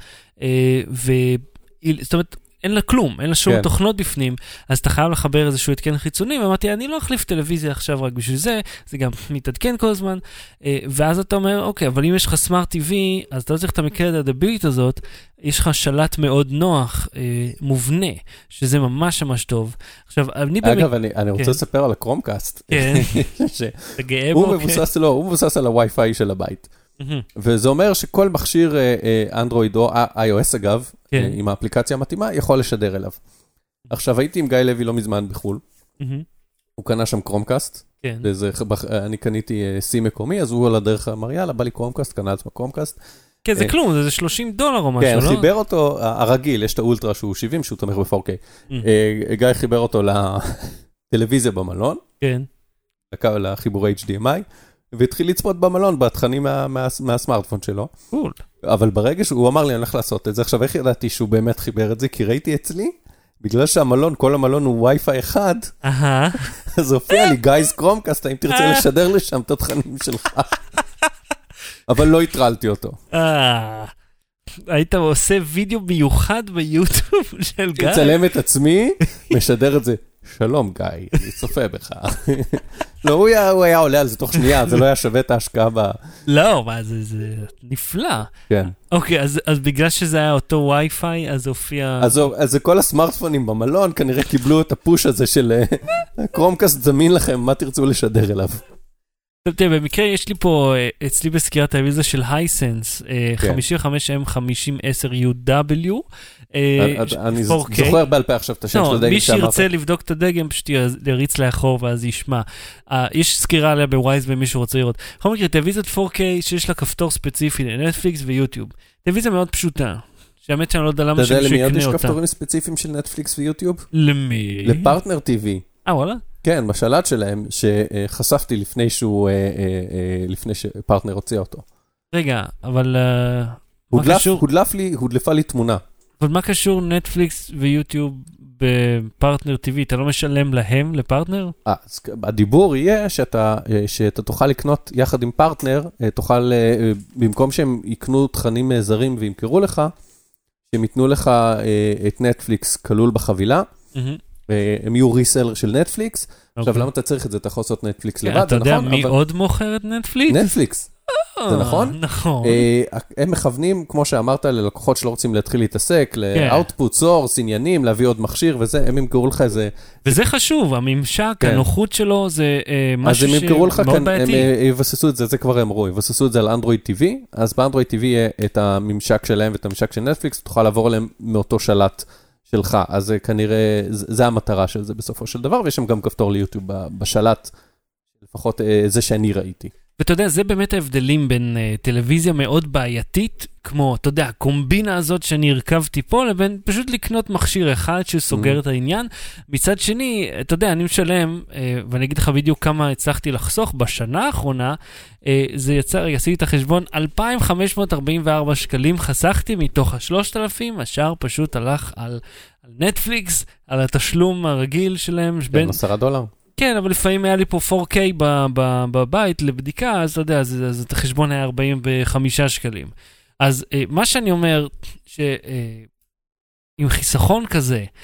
זאת אומרת, אין לה כלום, אין לה שום תוכנות בפנים, אז אתה חייב לחבר איזשהו התקן חיצוני, ואמרתי, אני לא אחליף טלוויזיה עכשיו רק בשביל זה, זה גם מתעדכן כל הזמן, ואז אתה אומר, אוקיי, אבל אם יש לך סמארט TV, אז אתה לא צריך את המקרה הדבילית הזאת, יש לך שלט מאוד נוח, מובנה, שזה ממש ממש טוב. עכשיו, אגב, אני רוצה לספר על הקרומקאסט. כן. אתה גאה בו? הוא מבוסס על הווי-פיי של הבית. וזה אומר שכל מכשיר אנדרואיד או iOS אגב, עם האפליקציה המתאימה, יכול לשדר אליו. עכשיו הייתי עם גיא לוי לא מזמן בחול, הוא קנה שם קרומקאסט, אני קניתי סי מקומי, אז הוא על הדרך אמר, יאללה, בא לי קרומקאסט, קנה עצמה קרומקאסט. כן, זה כלום, זה $30 או משהו, לא? כן, חיבר אותו, הרגיל, יש את האולטרה שהוא 70, שהוא תומך ב-4K. גיא חיבר אותו לטלוויזיה במלון, לחיבורי HDMI, והתחיל לצפות במלון בתכנים מהסמארטפון שלו. קול. אבל ברגע שהוא אמר לי, אני הולך לעשות את זה, עכשיו איך ידעתי שהוא באמת חיבר את זה? כי ראיתי אצלי, בגלל שהמלון, כל המלון הוא וי-פיי אחד, אז הופיע לי, גייז קרומקאסט, האם תרצה לשדר לשם את התכנים שלך? אבל לא הטרלתי אותו. היית עושה וידאו מיוחד ביוטיוב של גיא? מצלם את עצמי, משדר את זה. שלום גיא, אני צופה בך. לא, הוא היה עולה על זה תוך שנייה, זה לא היה שווה את ההשקעה ב... לא, מה זה נפלא. כן. אוקיי, אז בגלל שזה היה אותו וי-פיי, אז הופיע... אז כל הסמארטפונים במלון כנראה קיבלו את הפוש הזה של קרומקאסט זמין לכם, מה תרצו לשדר אליו. טוב, תראה, במקרה יש לי פה, אצלי בסקירת טלוויזיה של הייסנס, 55M5010UW, אני זוכר בעל פה עכשיו את השם של הדגם. מי שירצה לבדוק את הדגם, פשוט יריץ לאחור ואז ישמע. יש סקירה עליה בווייז ומי שרוצה לראות. בכל מקרה, טלוויזיית 4K שיש לה כפתור ספציפי לנטפליקס ויוטיוב. טלוויזיה מאוד פשוטה. שהאמת שאני לא יודע למה שמישהו יקנה אותה. אתה יודע למי עוד יש כפתורים ספציפיים של נטפליקס ויוטיוב? למי? לפרטנר TV. וואלה? כן, בשלט שלהם, שחשפתי לפני שפרטנר הוציא אותו. רגע, אבל... הודלפה לי תמונה. אבל מה קשור נטפליקס ויוטיוב בפרטנר TV? אתה לא משלם להם, לפרטנר? הדיבור יהיה שאתה תוכל לקנות יחד עם פרטנר, תוכל, במקום שהם יקנו תכנים זרים וימכרו לך, שהם ייתנו לך את נטפליקס כלול בחבילה, הם יהיו ריסלר של נטפליקס. עכשיו, למה אתה צריך את זה? אתה יכול לעשות נטפליקס לבד, אתה יודע מי עוד מוכר את נטפליקס? נטפליקס. זה נכון? נכון. הם מכוונים, כמו שאמרת, ללקוחות שלא רוצים להתחיל להתעסק, לאוטפוט, סורס, עניינים, להביא עוד מכשיר וזה, הם ימכרו לך איזה... וזה חשוב, הממשק, הנוחות שלו, זה משהו שמאוד בעייתי. אז הם ימכרו לך כאן, הם יבססו את זה, זה כבר אמרו, יבססו את זה על אנדרואיד TV, אז באנדרואיד TV יהיה את הממשק שלהם ואת הממשק של נטפליקס, תוכל לעבור אליהם מאותו שלט שלך, אז כנראה, זה המטרה של זה בסופו של דבר, ויש שם גם כפתור ליוטיוב בשלט, לפחות זה שאני ראיתי. ואתה יודע, זה באמת ההבדלים בין טלוויזיה מאוד בעייתית, כמו, אתה יודע, הקומבינה הזאת שאני הרכבתי פה, לבין פשוט לקנות מכשיר אחד שסוגר את העניין. מצד שני, אתה יודע, אני משלם, ואני אגיד לך בדיוק כמה הצלחתי לחסוך בשנה האחרונה, זה יצא, עשיתי את החשבון, 2,544 שקלים חסכתי מתוך 3,000, השאר פשוט הלך על נטפליקס, על התשלום הרגיל שלהם. כן, $10. כן, אבל לפעמים היה לי פה 4K בבית לבדיקה, אז אתה יודע, אז את החשבון היה 45 שקלים. אז מה שאני אומר, שעם חיסכון כזה,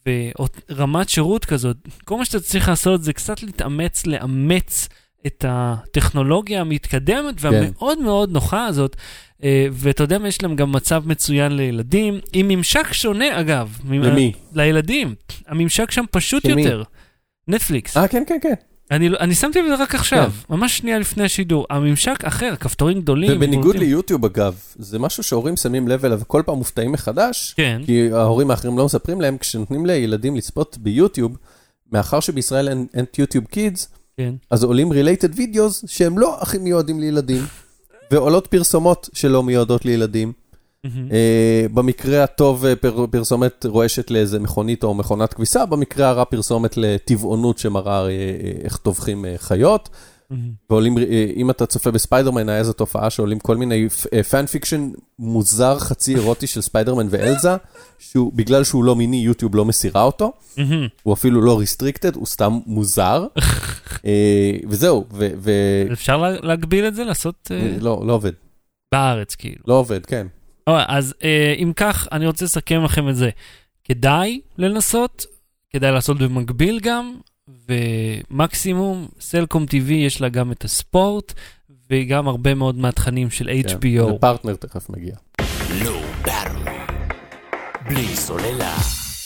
ורמת שירות כזאת, כל מה שאתה צריך לעשות זה קצת לאמץ את הטכנולוגיה המתקדמת והמאוד מאוד נוחה הזאת, ואתה יודע מה, יש להם גם מצב מצוין לילדים, עם ממשק שונה אגב. למי? לילדים. הממשק שם פשוט יותר. נטפליקס. כן, כן, כן. אני שמתי לזה רק עכשיו, ממש שנייה לפני השידור. הממשק אחר, כפתורים גדולים. ובניגוד ליוטיוב אגב, זה משהו שההורים שמים לב אליו וכל פעם מופתעים מחדש, כן. כי ההורים האחרים לא מספרים להם, כשנותנים לילדים לצפות ביוטיוב, מאחר שבישראל אין יוטיוב קידס, כן. אז עולים related videos שהם לא הכי מיועדים לילדים, ועולות פרסומות שלא מיועדות לילדים. במקרה הטוב פרסומת רועשת לאיזה מכונית או מכונת כביסה, במקרה הרע פרסומת לטבעונות שמראה איך טובחים חיות. ועולים, אם אתה צופה בספיידרמן, היה איזו תופעה שעולים כל מיני פן פיקשן מוזר חצי אירוטי של ספיידרמן ואלזה, בגלל שהוא לא מיני, יוטיוב לא מסירה אותו. הוא אפילו לא restricted, הוא סתם מוזר. וזהו. אפשר להגביל את זה, לעשות... לא עובד. בארץ, כאילו. לא עובד, כן. אז אם כך, אני רוצה לסכם לכם את זה. כדאי לנסות, כדאי לעשות במקביל גם, ומקסימום, סלקום TV יש לה גם את הספורט, וגם הרבה מאוד מהתכנים של HBO. ופרטנר תכף מגיע. לא ברור. בלי סוללה.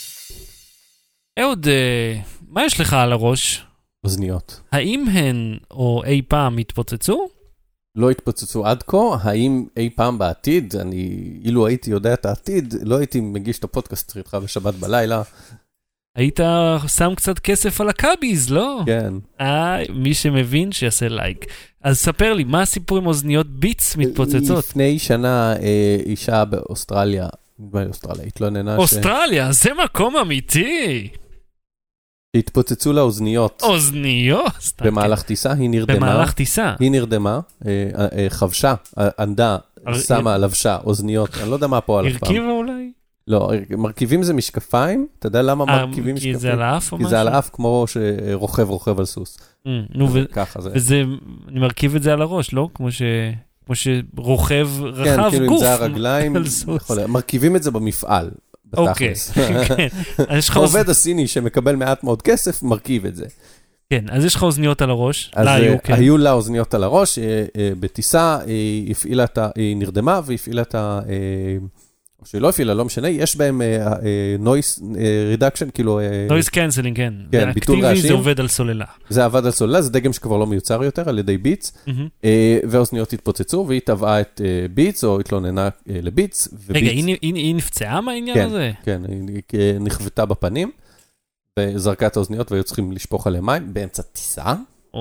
אהוד, מה יש לך על הראש? אוזניות. האם הן או אי פעם התפוצצו? לא התפוצצו עד כה, האם אי פעם בעתיד, אילו הייתי יודע את העתיד, לא הייתי מגיש את הפודקאסט איתך בשבת בלילה. היית שם קצת כסף על הקאביז, לא? כן. מי שמבין שיעשה לייק. אז ספר לי, מה הסיפור עם אוזניות ביטס מתפוצצות? לפני שנה אישה באוסטרליה, התלוננה אוסטרליה, זה מקום אמיתי. התפוצצו לה אוזניות. אוזניות? במהלך טיסה, היא נרדמה. במהלך טיסה? היא נרדמה, חבשה, ענדה, שמה, לבשה, אוזניות, אני לא יודע מה פה על הפעם. הרכיבה אולי? לא, מרכיבים זה משקפיים, אתה יודע למה מרכיבים משקפיים? כי זה על האף או משהו? כי זה על האף כמו שרוכב על סוס. ככה זה. וזה, אני מרכיב את זה על הראש, לא? כמו שרוכב רחב גוף. כן, כאילו אם זה הרגליים, מרכיבים את זה במפעל. אוקיי, כן. העובד הסיני שמקבל מעט מאוד כסף, מרכיב את זה. כן, אז יש לך אוזניות על הראש. היו לה אוזניות על הראש, בטיסה היא נרדמה והפעילה את ה... או שהיא לא הפעילה, לא משנה, יש בהם noise reduction, כאילו... noise cancelling, כן. כן, ביטול רעשים. זה עובד על סוללה. זה עבד על סוללה, זה דגם שכבר לא מיוצר יותר על ידי ביטס, והאוזניות התפוצצו, והיא טבעה את ביטס, או התלוננה לביטס. רגע, היא נפצעה מהעניין הזה? כן, היא נכוותה בפנים, וזרקה את האוזניות, והיו צריכים לשפוך עליהם מים, באמצע טיסה.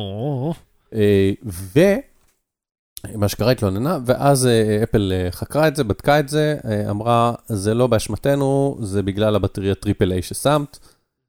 מה שקרה התלוננה, ואז אפל חקרה את זה, בדקה את זה, אמרה, זה לא באשמתנו, זה בגלל הבטריה טריפל איי ששמת,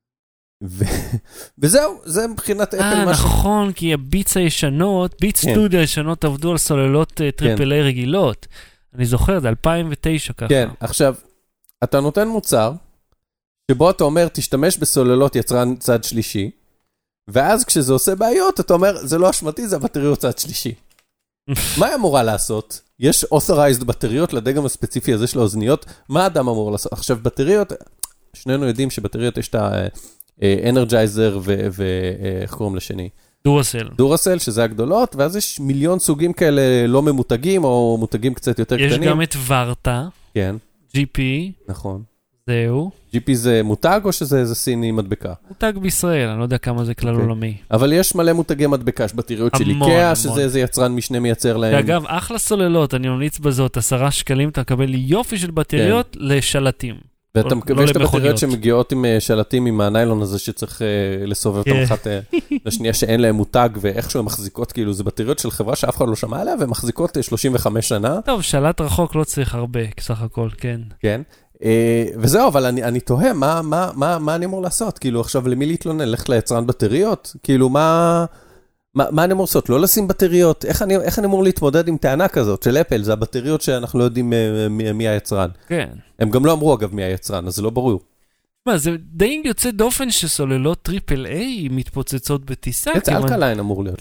וזהו, זה מבחינת אפל. נכון, כי הביטס הישנות, ביטס סטודיו הישנות עבדו על סוללות טריפל איי רגילות. אני זוכר, זה 2009 ככה. כן, עכשיו, אתה נותן מוצר, שבו אתה אומר, תשתמש בסוללות יצרן צד שלישי, ואז כשזה עושה בעיות, אתה אומר, זה לא אשמתי, זה הבטריות צד שלישי. מה היא אמורה לעשות? יש authorized בטריות לדגם הספציפי הזה של האוזניות, מה האדם אמור לעשות? עכשיו, בטריות, שנינו יודעים שבטריות יש את האנרג'ייזר ואיך קוראים לשני? דורסל. דורסל, שזה הגדולות, ואז יש מיליון סוגים כאלה לא ממותגים, או מותגים קצת יותר קטנים. יש גם את ורטה. כן. GP. נכון. זהו. GP זה מותג או שזה סיני מדבקה? מותג בישראל, אני לא יודע כמה זה כלל עולמי. אבל יש מלא מותגי מדבקה, יש בטריות של איקאה, שזה איזה יצרן משנה מייצר להם. ואגב, אחלה סוללות, אני ממליץ בזאת, 10 שקלים, אתה מקבל יופי של בטריות לשלטים. ואתה מקבל את הבטריות שמגיעות עם שלטים עם הניילון הזה שצריך לסובב אותם אחת לשנייה שאין להם מותג, ואיכשהו הן מחזיקות, כאילו זה בטריות של חברה שאף אחד לא שמע עליה, והן מחזיקות 35 שנה. טוב, שלט רחוק לא צריך הרבה, כסך הכל, כן. כן. וזהו, אבל אני תוהה, מה אני אמור לעשות? כאילו, עכשיו, למי להתלונן? ללכת ליצרן בטריות? כאילו, מה אני אמור לעשות? לא לשים בטריות? איך אני אמור להתמודד עם טענה כזאת של אפל? זה הבטריות שאנחנו לא יודעים מי היצרן. כן. הם גם לא אמרו, אגב, מי היצרן, אז זה לא ברור. מה, זה די יוצא דופן שסוללות טריפל איי מתפוצצות בטיסה. זה אלקליין אמור להיות, לא?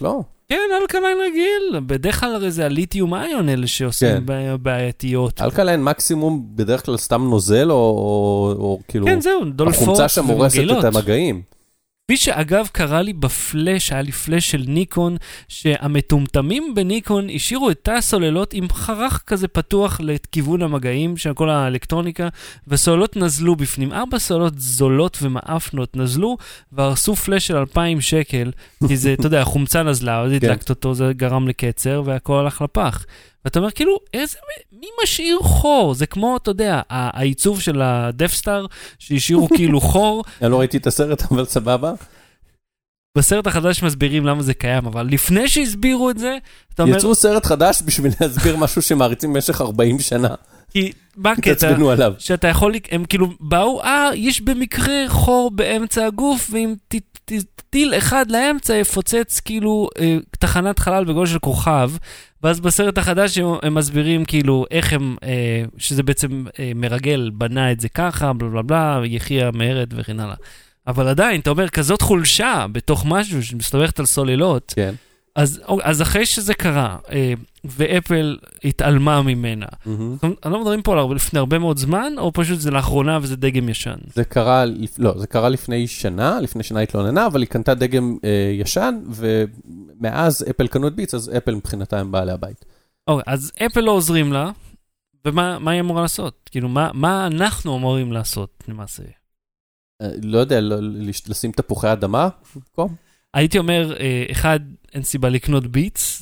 כן, אלקליין רגיל. בדרך כלל הרי זה הליתיום איון אלה שעושים בעייתיות. אלקליין מקסימום בדרך כלל סתם נוזל, או כאילו... כן, זהו, דולפות החומצה שם הורסת את המגעים. כפי שאגב קרה לי בפלש, היה לי פלש של ניקון, שהמטומטמים בניקון השאירו את תא הסוללות עם חרך כזה פתוח לכיוון המגעים של כל האלקטרוניקה, והסוללות נזלו בפנים. 4 סוללות זולות ומאפנות נזלו, והרסו פלש של 2,000 שקל, כי זה, אתה יודע, החומצה נזלה, אז הדלקת אותו, זה גרם לקצר, והכל הלך לפח. ואתה אומר, כאילו, מי משאיר חור? זה כמו, אתה יודע, העיצוב של הדפסטאר, שהשאירו כאילו חור. אני לא ראיתי את הסרט, אבל סבבה. בסרט החדש מסבירים למה זה קיים, אבל לפני שהסבירו את זה, אתה אומר... יצרו סרט חדש בשביל להסביר משהו שמעריצים במשך 40 שנה. כי מה הקטע? שאתה יכול, הם כאילו באו, יש במקרה חור באמצע הגוף, ואם טיל אחד לאמצע יפוצץ כאילו תחנת חלל בגודל של כוכב, ואז בסרט החדש הם מסבירים כאילו איך הם, שזה בעצם מרגל, בנה את זה ככה, בלה בלה בלה, יחיה מהרת וכן הלאה. אבל עדיין, אתה אומר, כזאת חולשה בתוך משהו שמסתובכת על סוללות, כן. אז אחרי שזה קרה, ואפל התעלמה ממנה, אני לא מדברים פה לפני הרבה מאוד זמן, או פשוט זה לאחרונה וזה דגם ישן? זה קרה לפני שנה התלוננה, אבל היא קנתה דגם ישן, ומאז אפל קנו את ביטס, אז אפל מבחינתה הם בעלי הבית. אז אפל לא עוזרים לה, ומה היא אמורה לעשות? כאילו, מה אנחנו אמורים לעשות למעשה? לא יודע, לשים תפוחי אדמה? הייתי אומר, אחד, אין סיבה לקנות ביטס,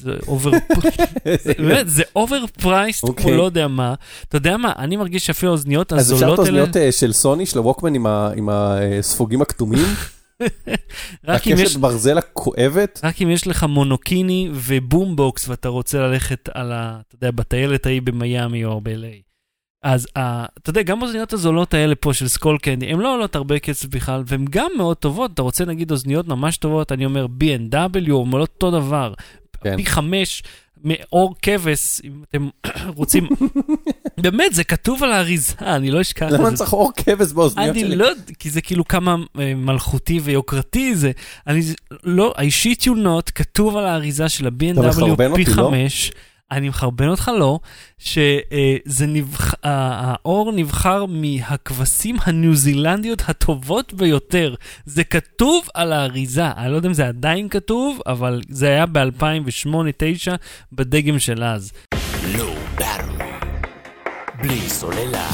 זה אוברפרייסט, הוא לא יודע מה. אתה יודע מה, אני מרגיש שאפילו האוזניות הזולות האלה... אז אפשר את האוזניות של סוני, של הווקמן עם הספוגים הכתומים? הקשת ברזל הכואבת? רק אם יש לך מונוקיני ובומבוקס, ואתה רוצה ללכת על אתה יודע, בטיילת ההיא במיימי או ב-LA. אז אתה יודע, גם האוזניות הזולות האלה פה של סקול קנדי, הן לא עולות הרבה כסף בכלל, והן גם מאוד טובות. אתה רוצה נגיד אוזניות ממש טובות, אני אומר B&W, או מולות אותו דבר, פי 5 מאור כבש, אם אתם רוצים, באמת, זה כתוב על האריזה, אני לא אשכח. למה צריך אור כבש באוזניות שלי? אני לא, כי זה כאילו כמה מלכותי ויוקרתי זה. אני לא, I shit you not, כתוב על האריזה של ה-B&W פי 5, אני מחרבן אותך לא, שהאור נבחר מהכבשים הניו-זילנדיות הטובות ביותר. זה כתוב על האריזה, אני לא יודע אם זה עדיין כתוב, אבל זה היה ב-2008-2009 בדגם של אז. לא ברור, בלי סוללה.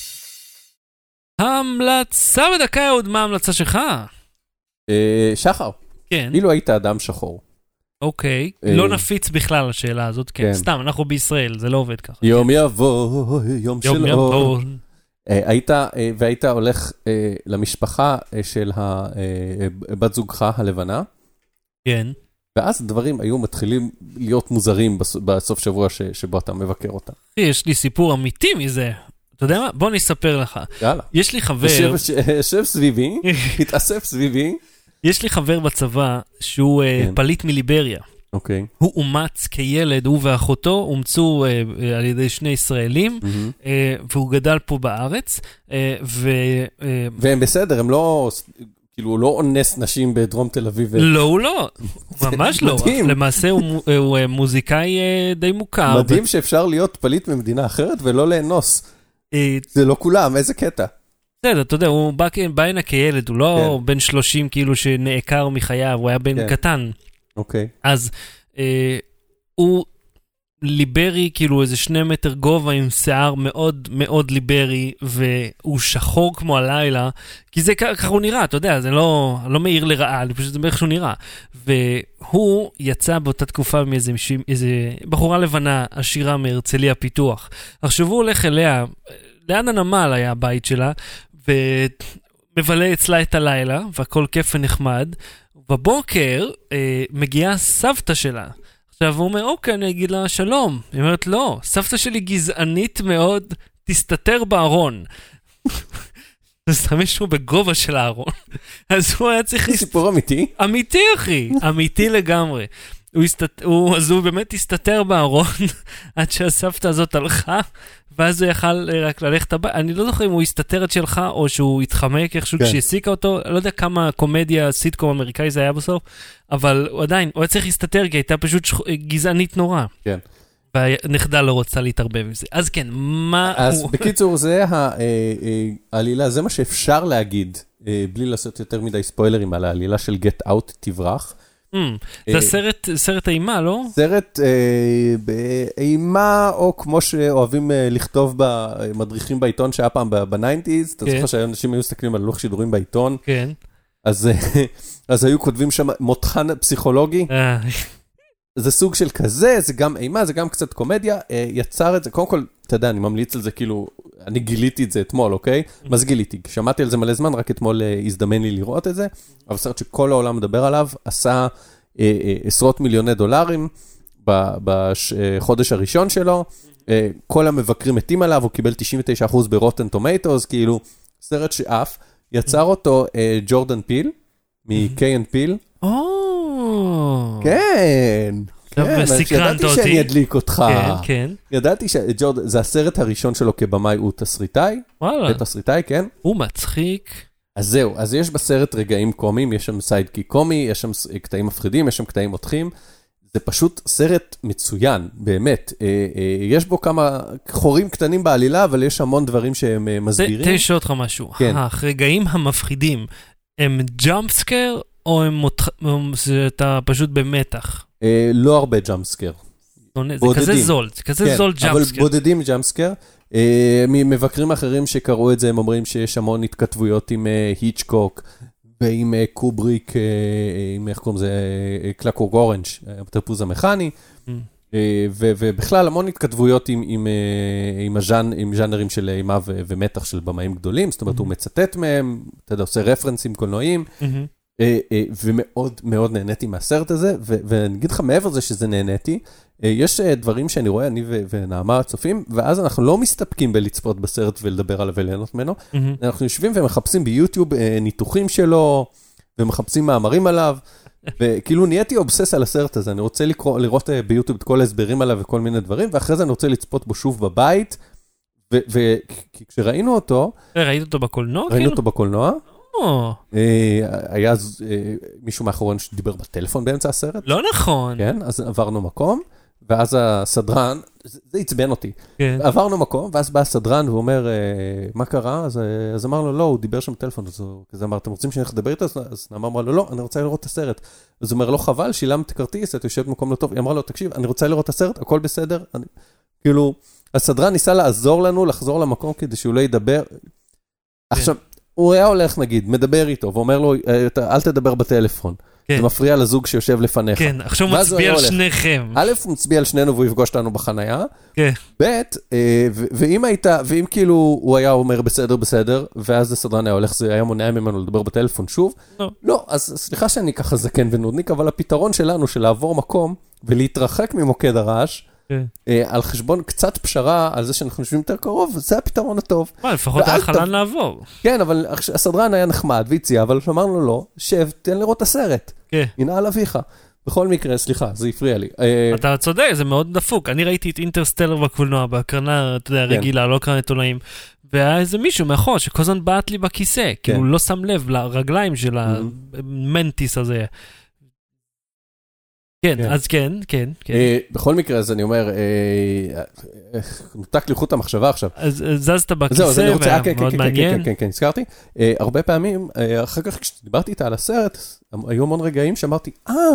המלצה בדקה, עוד מה ההמלצה שלך? שחר, כן. אילו היית אדם שחור. אוקיי, לא נפיץ בכלל השאלה הזאת, כן, סתם, אנחנו בישראל, זה לא עובד ככה. יום יבוא, יום של אור. והיית הולך למשפחה של בת זוגך הלבנה, כן. ואז דברים היו מתחילים להיות מוזרים בסוף שבוע שבו אתה מבקר אותם. יש לי סיפור אמיתי מזה. אתה יודע מה? בוא נספר לך. יאללה. יש לי חבר... יושב סביבי, התאסף סביבי. יש לי חבר בצבא שהוא פליט מליבריה. אוקיי. הוא אומץ כילד, הוא ואחותו אומצו על ידי שני ישראלים, והוא גדל פה בארץ, והם בסדר, הם לא... כאילו, הוא לא אונס נשים בדרום תל אביב. לא, הוא לא. ממש לא. למעשה הוא מוזיקאי די מוכר. מדהים שאפשר להיות פליט ממדינה אחרת ולא לאנוס. זה לא כולם, איזה קטע. בסדר, אתה יודע, הוא בא הנה כילד, הוא לא בן 30 כאילו שנעקר מחייו, הוא היה בן קטן. אוקיי. אז הוא ליברי, כאילו איזה 2 מטר גובה עם שיער מאוד מאוד ליברי, והוא שחור כמו הלילה, כי זה ככה הוא נראה, אתה יודע, זה לא מאיר לרעה, פשוט זה בערך שהוא נראה. והוא יצא באותה תקופה מאיזה בחורה לבנה עשירה מהרצליה פיתוח. עכשיו הוא הולך אליה, ליד הנמל היה הבית שלה, ומבלה אצלה את הלילה, והכל כיף ונחמד. בבוקר מגיעה סבתא שלה. עכשיו הוא אומר, אוקיי, אני אגיד לה שלום. היא אומרת, לא, סבתא שלי גזענית מאוד, תסתתר בארון. זה שם מישהו בגובה של הארון. אז הוא היה צריך... סיפור אמיתי? אמיתי, אחי. אמיתי לגמרי. אז הוא באמת הסתתר בארון, עד שהסבתא הזאת הלכה, ואז הוא יכל רק ללכת הבא. אני לא זוכר אם הוא הסתתר את שלך, או שהוא התחמק איכשהו כשהסיקה אותו, לא יודע כמה קומדיה, סיטקום אמריקאי זה היה בסוף, אבל הוא עדיין, הוא היה צריך להסתתר, כי הייתה פשוט גזענית נורא. כן. והנכדה לא רוצה להתערבב עם זה. אז כן, מה אז הוא... בקיצור, זה העלילה, זה מה שאפשר להגיד, בלי לעשות יותר מדי ספוילרים על העלילה של Get Out תברח. זה סרט אימה, לא? סרט באימה, או כמו שאוהבים לכתוב במדריכים בעיתון שהיה פעם ב-90s, אתה זוכר שהיום אנשים היו מסתכלים על לוח שידורים בעיתון, כן. אז היו כותבים שם מותחן פסיכולוגי, זה סוג של כזה, זה גם אימה, זה גם קצת קומדיה, יצר את זה, קודם כל, אתה יודע, אני ממליץ על זה, כאילו, אני גיליתי את זה אתמול, אוקיי? מה זה גיליתי? שמעתי על זה מלא זמן, רק אתמול הזדמן לי לראות את זה, אבל סרט שכל העולם מדבר עליו, עשה עשרות מיליוני דולרים בחודש הראשון שלו, כל המבקרים מתים עליו, הוא קיבל 99% ברוטן טומטוס, כאילו, סרט שאף, יצר אותו ג'ורדן פיל, מקיי אנד פיל, כן, ידעתי שאני אדליק אותך. כן. ידעתי שזה הסרט הראשון שלו כבמאי, הוא תסריטאי. וואלה. תסריטאי, כן. הוא מצחיק. אז זהו, אז יש בסרט רגעים קומיים, יש שם סיידקיק קומי, יש שם קטעים מפחידים, יש שם קטעים מותחים. זה פשוט סרט מצוין, באמת. יש בו כמה חורים קטנים בעלילה, אבל יש המון דברים שהם מסבירים. תשאל אותך משהו. הרגעים המפחידים, הם ג'אמפ סקר, או אתה פשוט במתח? לא הרבה ג'אמפסקר. זה כזה זול, זה כזה זול ג'אמפסקר. אבל בודדים ג'אמפסקר. ממבקרים אחרים שקראו את זה, הם אומרים שיש המון התכתבויות עם היצ'קוק, ועם קובריק, עם איך קוראים זה, קלקורק אורנג', התפוז המכני, ובכלל המון התכתבויות עם ז'אנרים של אימה ומתח של במאים גדולים, זאת אומרת הוא מצטט מהם, אתה יודע, עושה רפרנסים קולנועיים, ומאוד מאוד נהניתי מהסרט הזה, ואני אגיד לך מעבר לזה שזה נהניתי, יש דברים שאני רואה, אני ונעמה הצופים, ואז אנחנו לא מסתפקים בלצפות בסרט ולדבר עליו וליהנות ממנו, אנחנו יושבים ומחפשים ביוטיוב ניתוחים שלו, ומחפשים מאמרים עליו, וכאילו נהייתי אובסס על הסרט הזה, אני רוצה לראות ביוטיוב את כל ההסברים עליו וכל מיני דברים, ואחרי זה אני רוצה לצפות בו שוב בבית, וכשראינו אותו... ראית אותו בקולנוע? ראינו אותו בקולנוע. היה מישהו מאחורן שדיבר בטלפון באמצע הסרט. לא נכון. כן, אז עברנו מקום, ואז הסדרן, זה עצבן אותי. עברנו מקום, ואז בא הסדרן והוא אומר, מה קרה? אז אמר לו, לא, הוא דיבר שם בטלפון, אז הוא כזה אמר, אתם רוצים שאני אדבר איתו? אז אמר לו, לא, אני רוצה לראות את הסרט. אז הוא אומר, לא חבל, שילמת כרטיס, אתה יושב במקום לא טוב. היא אמרה לו, תקשיב, אני רוצה לראות את הסרט, הכל בסדר. כאילו, הסדרן ניסה לעזור לנו, לחזור למקום כדי שהוא לא ידבר. עכשיו, הוא היה הולך, נגיד, מדבר איתו, ואומר לו, אל תדבר בטלפון. זה מפריע לזוג שיושב לפניך. כן, עכשיו הוא מצביע על שניכם. א', הוא מצביע על שנינו והוא יפגוש אותנו בחנייה. כן. ב', ואם כאילו הוא היה אומר בסדר, ואז הסדרן היה הולך, זה היה מונע ממנו לדבר בטלפון שוב. לא, אז סליחה שאני ככה זקן ונודניק, אבל הפתרון שלנו של לעבור מקום ולהתרחק ממוקד הרעש, על חשבון קצת פשרה על זה שאנחנו יושבים יותר קרוב, זה הפתרון הטוב. לפחות היה חלן לעבור. כן, אבל הסדרן היה נחמד והציע, אבל אמרנו לו, לא, שב, תן לראות את הסרט. הנה על אביך. בכל מקרה, סליחה, זה הפריע לי. אתה צודק, זה מאוד דפוק. אני ראיתי את אינטרסטלר בקולנוע, בהקרנה, אתה יודע, רגילה, לא הקרנת עיתונאים, והיה איזה מישהו מאחור שכל הזמן בעט לי בכיסא, כי הוא לא שם לב לרגליים של המנטיס הזה. כן, אז כן. בכל מקרה, אז אני אומר, נותק לי חוט המחשבה עכשיו. אז זזת בכיסא, ומאוד מעניין. כן, הזכרתי. הרבה פעמים, אחר כך כשדיברתי איתה על הסרט, היו המון רגעים שאמרתי,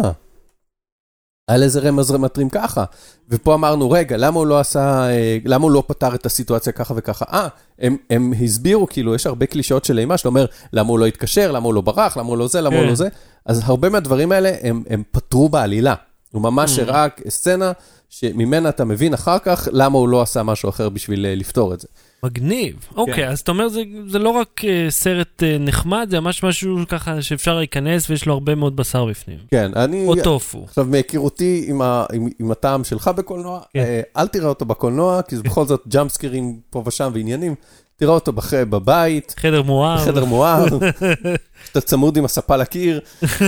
על איזה רמז רמטרים ככה. ופה אמרנו, רגע, למה הוא לא פתר את הסיטואציה ככה וככה? הם הסבירו, כאילו, יש הרבה קלישאות של אימה, שאתה אומר, למה הוא לא התקשר, למה הוא לא ברח, למה הוא לא זה, למה הוא לא זה. אז הרבה מהדברים האלה, הם פתרו בעלילה. הוא ממש רק סצנה, שממנה אתה מבין אחר כך, למה הוא לא עשה משהו אחר בשביל לפתור את זה. מגניב. אוקיי, אז אתה אומר, זה לא רק סרט נחמד, זה ממש משהו ככה שאפשר להיכנס, ויש לו הרבה מאוד בשר בפנים. כן, אני... או טופו. עכשיו, מהיכרותי עם הטעם שלך בקולנוע, אל תראה אותו בקולנוע, כי זה בכל זאת ג'אמפסקרים פה ושם ועניינים, תראה אותו בבית, חדר מואר. חדר מואר, אתה צמוד עם הספה לקיר.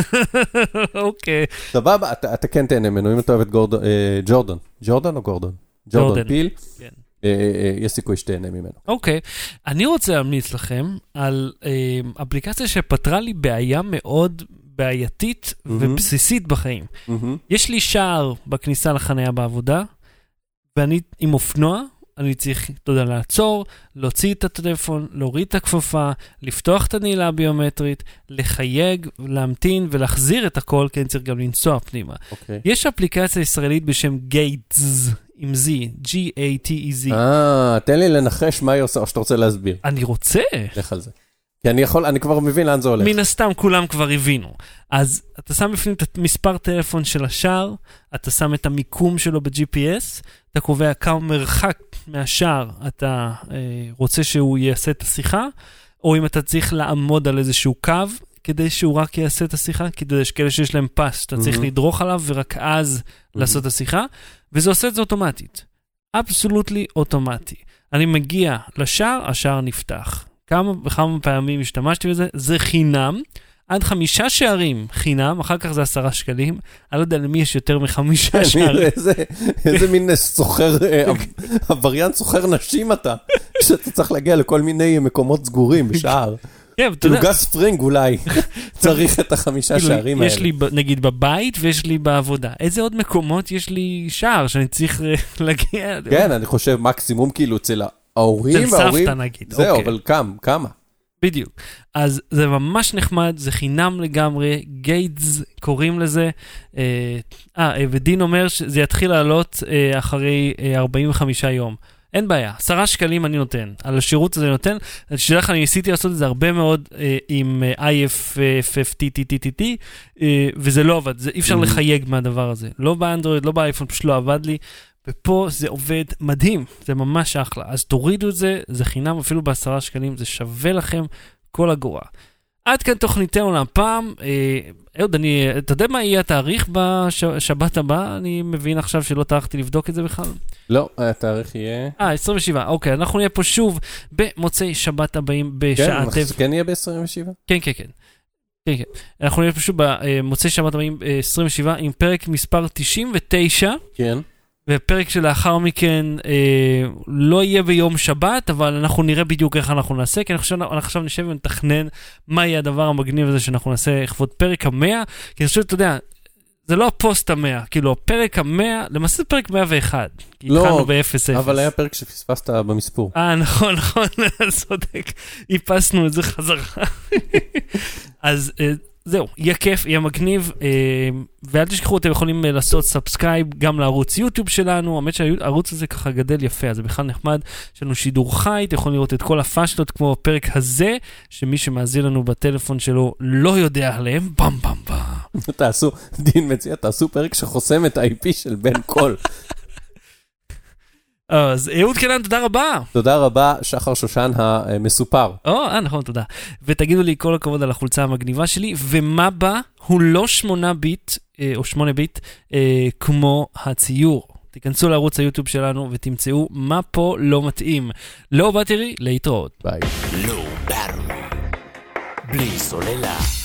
אוקיי. סבבה, אתה כן תהנה ממנו, אם אתה אוהב את ג'ורדן. ג'ורדן או גורדון? ג'ורדן פיל. כן. יש סיכוי שתהנה ממנו. אוקיי. אני רוצה להמליץ לכם על אפליקציה שפתרה לי בעיה מאוד בעייתית ובסיסית בחיים. יש לי שער בכניסה לחניה בעבודה, ואני עם אופנוע, אני צריך, אתה יודע, לעצור, להוציא את הטלפון, להוריד את הכפפה, לפתוח את הנעילה הביומטרית, לחייג, להמתין ולהחזיר את הכל, כי אני צריך גם לנסוע פנימה. אוקיי. יש אפליקציה ישראלית בשם Gates, עם Z, G-A-T-E-Z. תן לי לנחש מה היא עושה, או שאתה רוצה להסביר. אני רוצה. לך על זה. כי אני כבר מבין לאן זה הולך. מן הסתם כולם כבר הבינו. אז אתה שם בפנים את מספר טלפון של השער, אתה שם את המיקום שלו ב-GPS, אתה קובע כמה מרחק מהשער אתה רוצה שהוא יעשה את השיחה, או אם אתה צריך לעמוד על איזשהו קו, כדי שהוא רק יעשה את השיחה, כדי יש כאלה שיש להם פס, אתה צריך לדרוך עליו ורק אז לעשות את השיחה, וזה עושה את זה אוטומטית. אבסולוטלי אוטומטי. אני מגיע לשער, השער נפתח. כמה וכמה פעמים השתמשתי בזה, זה חינם, עד 5 שערים חינם, אחר כך זה 10 שקלים, אני לא יודע למי יש יותר מ5 שערים. איזה מין סוחר, הווריאנט סוחר נשים אתה, שאתה צריך להגיע לכל מיני מקומות סגורים בשער. כאילו גס פרינג אולי, צריך את 5 שערים האלה. יש לי נגיד בבית ויש לי בעבודה. איזה עוד מקומות יש לי שער שאני צריך להגיע? כן, אני חושב מקסימום כאילו אצל ההורים וההורים. סבתא נגיד. זהו, אבל כמה? בדיוק. אז זה ממש נחמד, זה חינם לגמרי, גייטס קוראים לזה. ודין אומר שזה יתחיל לעלות אחרי 45 יום. אין בעיה, 10 שקלים אני נותן. על השירות הזה אני נותן. שלך אני ניסיתי לעשות את זה הרבה מאוד עם IFFTTTT, וזה לא עבד. אי אפשר לחייג מהדבר הזה. לא באנדרואיד, לא באייפון, פשוט לא עבד לי. ופה זה עובד מדהים, זה ממש אחלה. אז תורידו את זה, זה חינם אפילו ב10 שקלים, זה שווה לכם כל אגורה. עד כאן תוכניתנו להפעם. אהוד, אתה יודע מה יהיה התאריך בשבת הבא? אני מבין עכשיו שלא טרחתי לבדוק את זה בכלל. לא, התאריך יהיה... 27, אוקיי, אנחנו נהיה פה שוב במוצאי שבת הבאים בשעה טבע. כן, כן יהיה ב-27? כן. אנחנו נהיה פה שוב במוצאי שבת הבאים 27 עם פרק מספר 99. כן. ופרק שלאחר מכן לא יהיה ביום שבת, אבל אנחנו נראה בדיוק איך אנחנו נעשה, כי אנחנו עכשיו נשב ונתכנן מה יהיה הדבר המגניב הזה שאנחנו נעשה לכבוד פרק 100, כי אני חושב, אתה יודע, זה לא הפוסט 100, כאילו הפרק 100, למעשה זה פרק 101, כי התחלנו ב-0-0. אבל היה פרק שפספסת במספור. נכון, צודק, איפסנו את זה חזרה. אז... זהו, יהיה כיף, יהיה מגניב, ואל תשכחו, אתם יכולים לעשות סאבסקרייב גם לערוץ יוטיוב שלנו, האמת שהערוץ הזה ככה גדל יפה, אז זה בכלל נחמד, יש לנו שידור חי, אתם יכולים לראות את כל הפאשלות כמו הפרק הזה, שמי שמאזין לנו בטלפון שלו לא יודע עליהם, בם בם בם. תעשו, דין מציע, תעשו פרק שחוסם את ה-IP של בן קול. אז אהוד קלן, תודה רבה. תודה רבה, שחר שושן המסופר. נכון, תודה. ותגידו לי כל הכבוד על החולצה המגניבה שלי, ומה בה הוא לא 8 ביט, או 8 ביט, כמו הציור. תיכנסו לערוץ היוטיוב שלנו ותמצאו מה פה לא מתאים. לא באטרי, להתראות. ביי. לא באטרי. בלי סוללה.